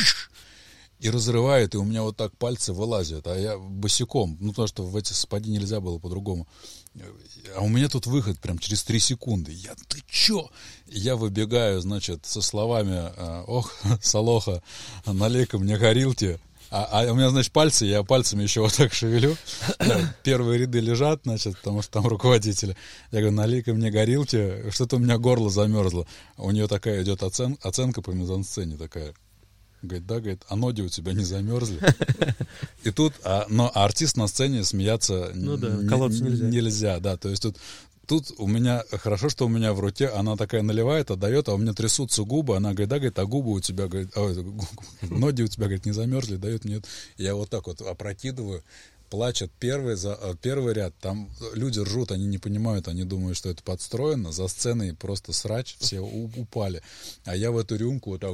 и разрывает, и у меня вот так пальцы вылазят. А я босиком, потому что в эти сапоги нельзя было по-другому. А у меня тут выход прям через 3 секунды. Ты чё? И я выбегаю, значит, со словами, ох, Солоха, налей-ка мне горилки. А у меня, значит, пальцы, я пальцами еще вот так шевелю. Первые ряды лежат, значит, потому что там руководители. Я говорю, налей-ка мне горилки, что-то у меня горло замерзло. У нее такая идет оценка по мизансцене такая. Говорит, да, говорит, а ноги у тебя не замерзли? И тут, но артист на сцене смеяться нельзя. Да, то есть тут у меня, хорошо, что у меня в руке, она такая наливает, отдает, а у меня трясутся губы, она говорит, да, говорит, а губы у тебя, говорит, ноги у тебя, говорит, не замерзли, дает мне. Я вот так вот опрокидываю, плачет первый ряд, там люди ржут, они не понимают, они думают, что это подстроено, за сценой просто срач, все упали. А я в эту рюмку вот так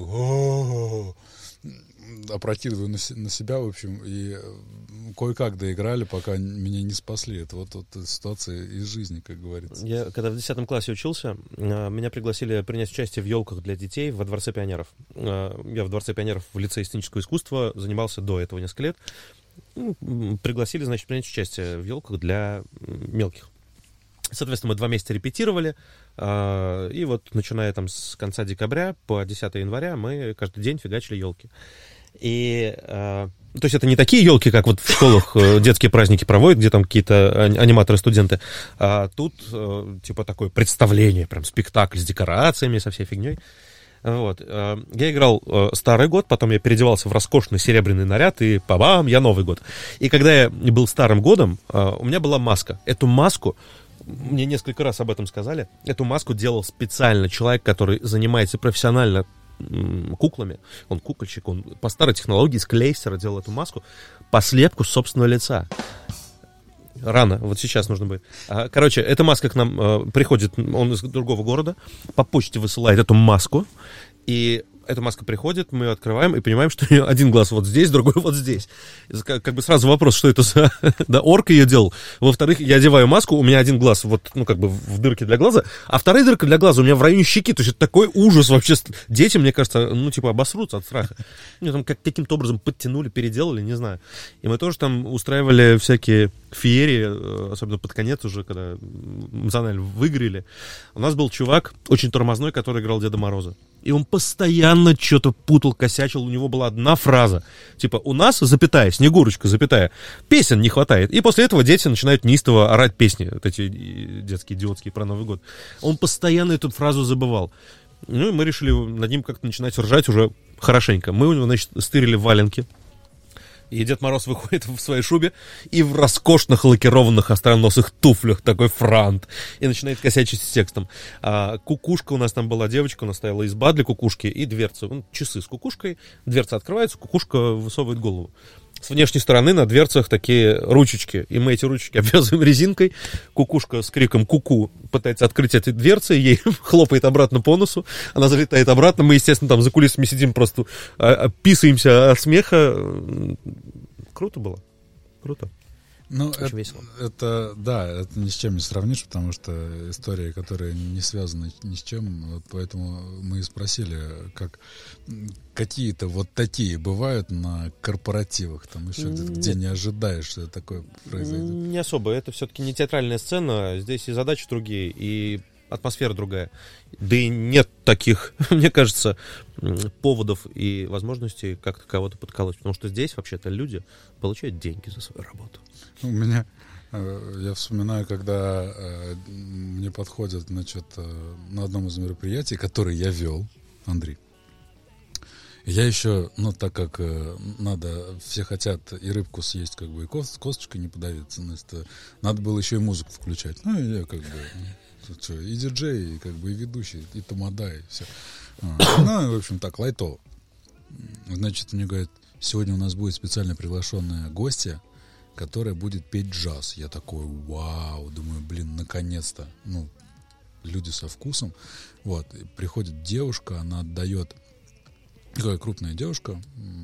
опрокидываю на себя, в общем, и кое-как доиграли, пока меня не спасли. Это вот ситуация из жизни, как говорится. Я, когда в 10 классе учился, меня пригласили принять участие в елках для детей во Дворце пионеров. Я в Дворце пионеров в лицее сценического искусства занимался до этого несколько лет. Пригласили, значит, принять участие в елках для мелких. Соответственно, мы 2 месяца репетировали, и вот начиная там с конца декабря по 10 января мы каждый день фигачили елки. И, то есть это не такие елки, как вот в школах детские праздники проводят, где там какие-то аниматоры-студенты, а тут типа такое представление, прям спектакль с декорациями, со всей фигней. Вот. Я играл старый год, потом я переодевался в роскошный серебряный наряд, и па-бам, я Новый год. И когда я был старым годом, у меня была маска. Эту маску, мне несколько раз об этом сказали, эту маску делал специально человек, который занимается профессионально куклами. Он кукольщик, он по старой технологии с клейстера делал эту маску по слепку собственного лица. Рано, вот сейчас нужно будет. Короче, эта маска к нам приходит, он из другого города, по почте высылает эту маску, и эта маска приходит, мы ее открываем и понимаем, что у нее один глаз вот здесь, другой вот здесь. Как бы сразу вопрос, что это за... Да, орк ее делал. Во-вторых, я одеваю маску, у меня один глаз вот, ну, как бы в дырке для глаза, а вторая дырка для глаза у меня в районе щеки. То есть это такой ужас вообще. Дети, мне кажется, ну, типа, обосрутся от страха. Меня там каким-то образом подтянули, переделали, не знаю. И мы тоже там устраивали всякие феерии, особенно под конец уже, когда эмоционально выиграли. У нас был чувак очень тормозной, который играл Деда Мороза. И он постоянно что-то путал, косячил. У него была одна фраза. Типа, у нас, запятая, Снегурочка, запятая, песен не хватает. И после этого дети начинают неистово орать песни. Вот эти детские, идиотские про Новый год. Он постоянно эту фразу забывал. Ну, и мы решили над ним как-то начинать ржать уже хорошенько. Мы у него, значит, стырили валенки. И Дед Мороз выходит в своей шубе и в роскошных лакированных остроносых туфлях, такой франт, и начинает косячить с текстом. Кукушка у нас там была, девочка, у нас стояла изба для кукушки и дверца. Часы с кукушкой, дверца открывается, кукушка высовывает голову. С внешней стороны на дверцах такие ручечки, и мы эти ручечки обвязываем резинкой. Кукушка с криком «ку-ку» пытается открыть эти дверцы, ей хлопает обратно по носу, она залетает обратно, мы, естественно, там за кулисами сидим, просто писаемся от смеха. Круто было, круто. Ну, очень весело. Это, да, это ни с чем не сравнишь, потому что истории, которые не связаны ни с чем, вот поэтому мы и спросили, как какие-то вот такие бывают на корпоративах, там еще где не ожидаешь, что такое произойдет. Не особо, это все-таки не театральная сцена, здесь и задачи другие, и атмосфера другая. Да и нет таких, мне кажется, поводов и возможностей как-то кого-то подколоть, потому что здесь вообще-то люди получают деньги за свою работу. У меня, я вспоминаю, когда мне подходят, значит, на одном из мероприятий, которые я вел, Андрей, я еще, ну, так как надо, все хотят и рыбку съесть, как бы, и косточкой не подавиться, значит, надо было еще и музыку включать. Ну, и я как бы, и диджей, и как бы, и ведущий, и тамада, и все. Ну, в общем, так, лайтово. Значит, мне говорят, сегодня у нас будет специально приглашенная гостья, которая будет петь джаз. Я такой, вау, думаю, блин, наконец-то. Ну, люди со вкусом. Вот, и приходит девушка, она отдает, такая крупная девушка,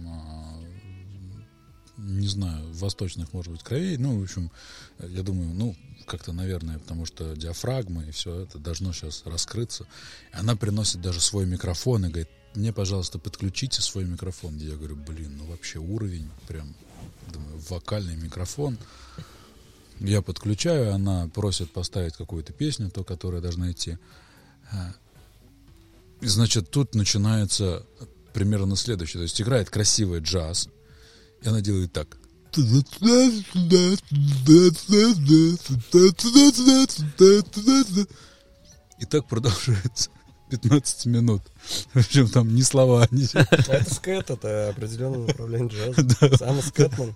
не знаю, восточных, может быть, кровей. Ну, в общем, я думаю, ну, как-то, наверное, потому что диафрагма и все это должно сейчас раскрыться. И она приносит даже свой микрофон и говорит, мне, пожалуйста, подключите свой микрофон. Я говорю, блин, ну вообще уровень, прям, думаю, вокальный микрофон. Я подключаю, она просит поставить какую-то песню, ту, которая должна идти. И, значит, тут начинается примерно следующее. То есть играет красивый джаз, и она делает так. И так продолжается 15 минут. Причем там ни слова, ни... Это скэт, это определенное направление джаза. Сам скэтман.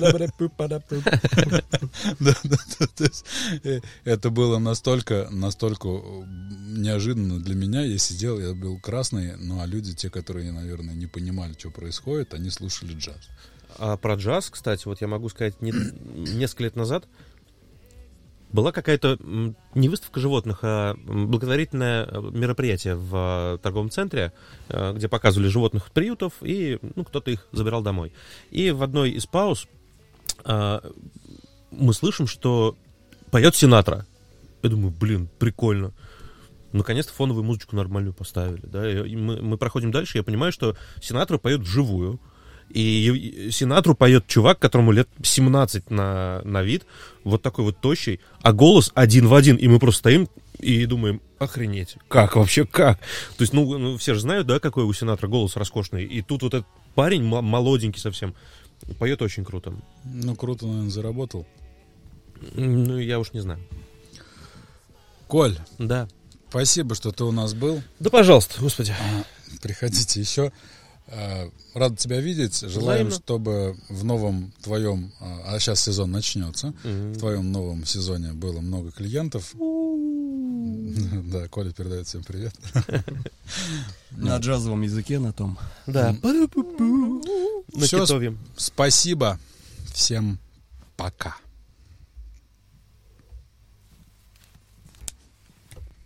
Это было настолько неожиданно для меня. Я сидел, я был красный, ну а люди, те, которые, наверное, не понимали, что происходит, они слушали джаз. А про джаз, кстати, вот я могу сказать, несколько лет назад была какая-то не выставка животных, а благотворительное мероприятие в торговом центре, где показывали животных приютов, и кто-то их забирал домой. И в одной из пауз мы слышим, что поет Синатра. Я думаю, блин, прикольно. Наконец-то фоновую музычку нормальную поставили. Да? И мы проходим дальше, я понимаю, что Синатра поет вживую. И Синатру поет чувак, которому лет 17 на вид, вот такой вот тощий, а голос один в один, и мы просто стоим и думаем, охренеть, как вообще, как? То есть, все же знают, да, какой у Синатра голос роскошный, и тут вот этот парень, молоденький совсем, поет очень круто. Круто, наверное, заработал. Я уж не знаю. Коль. Да. Спасибо, что ты у нас был. Да, пожалуйста, господи. Приходите еще. Рад тебя видеть. Желаем, чтобы в новом твоем, а сейчас сезон начнется, в твоем новом сезоне было много клиентов. Да, Коля передает всем привет. На джазовом языке, на том. Да. Все, спасибо. Всем пока.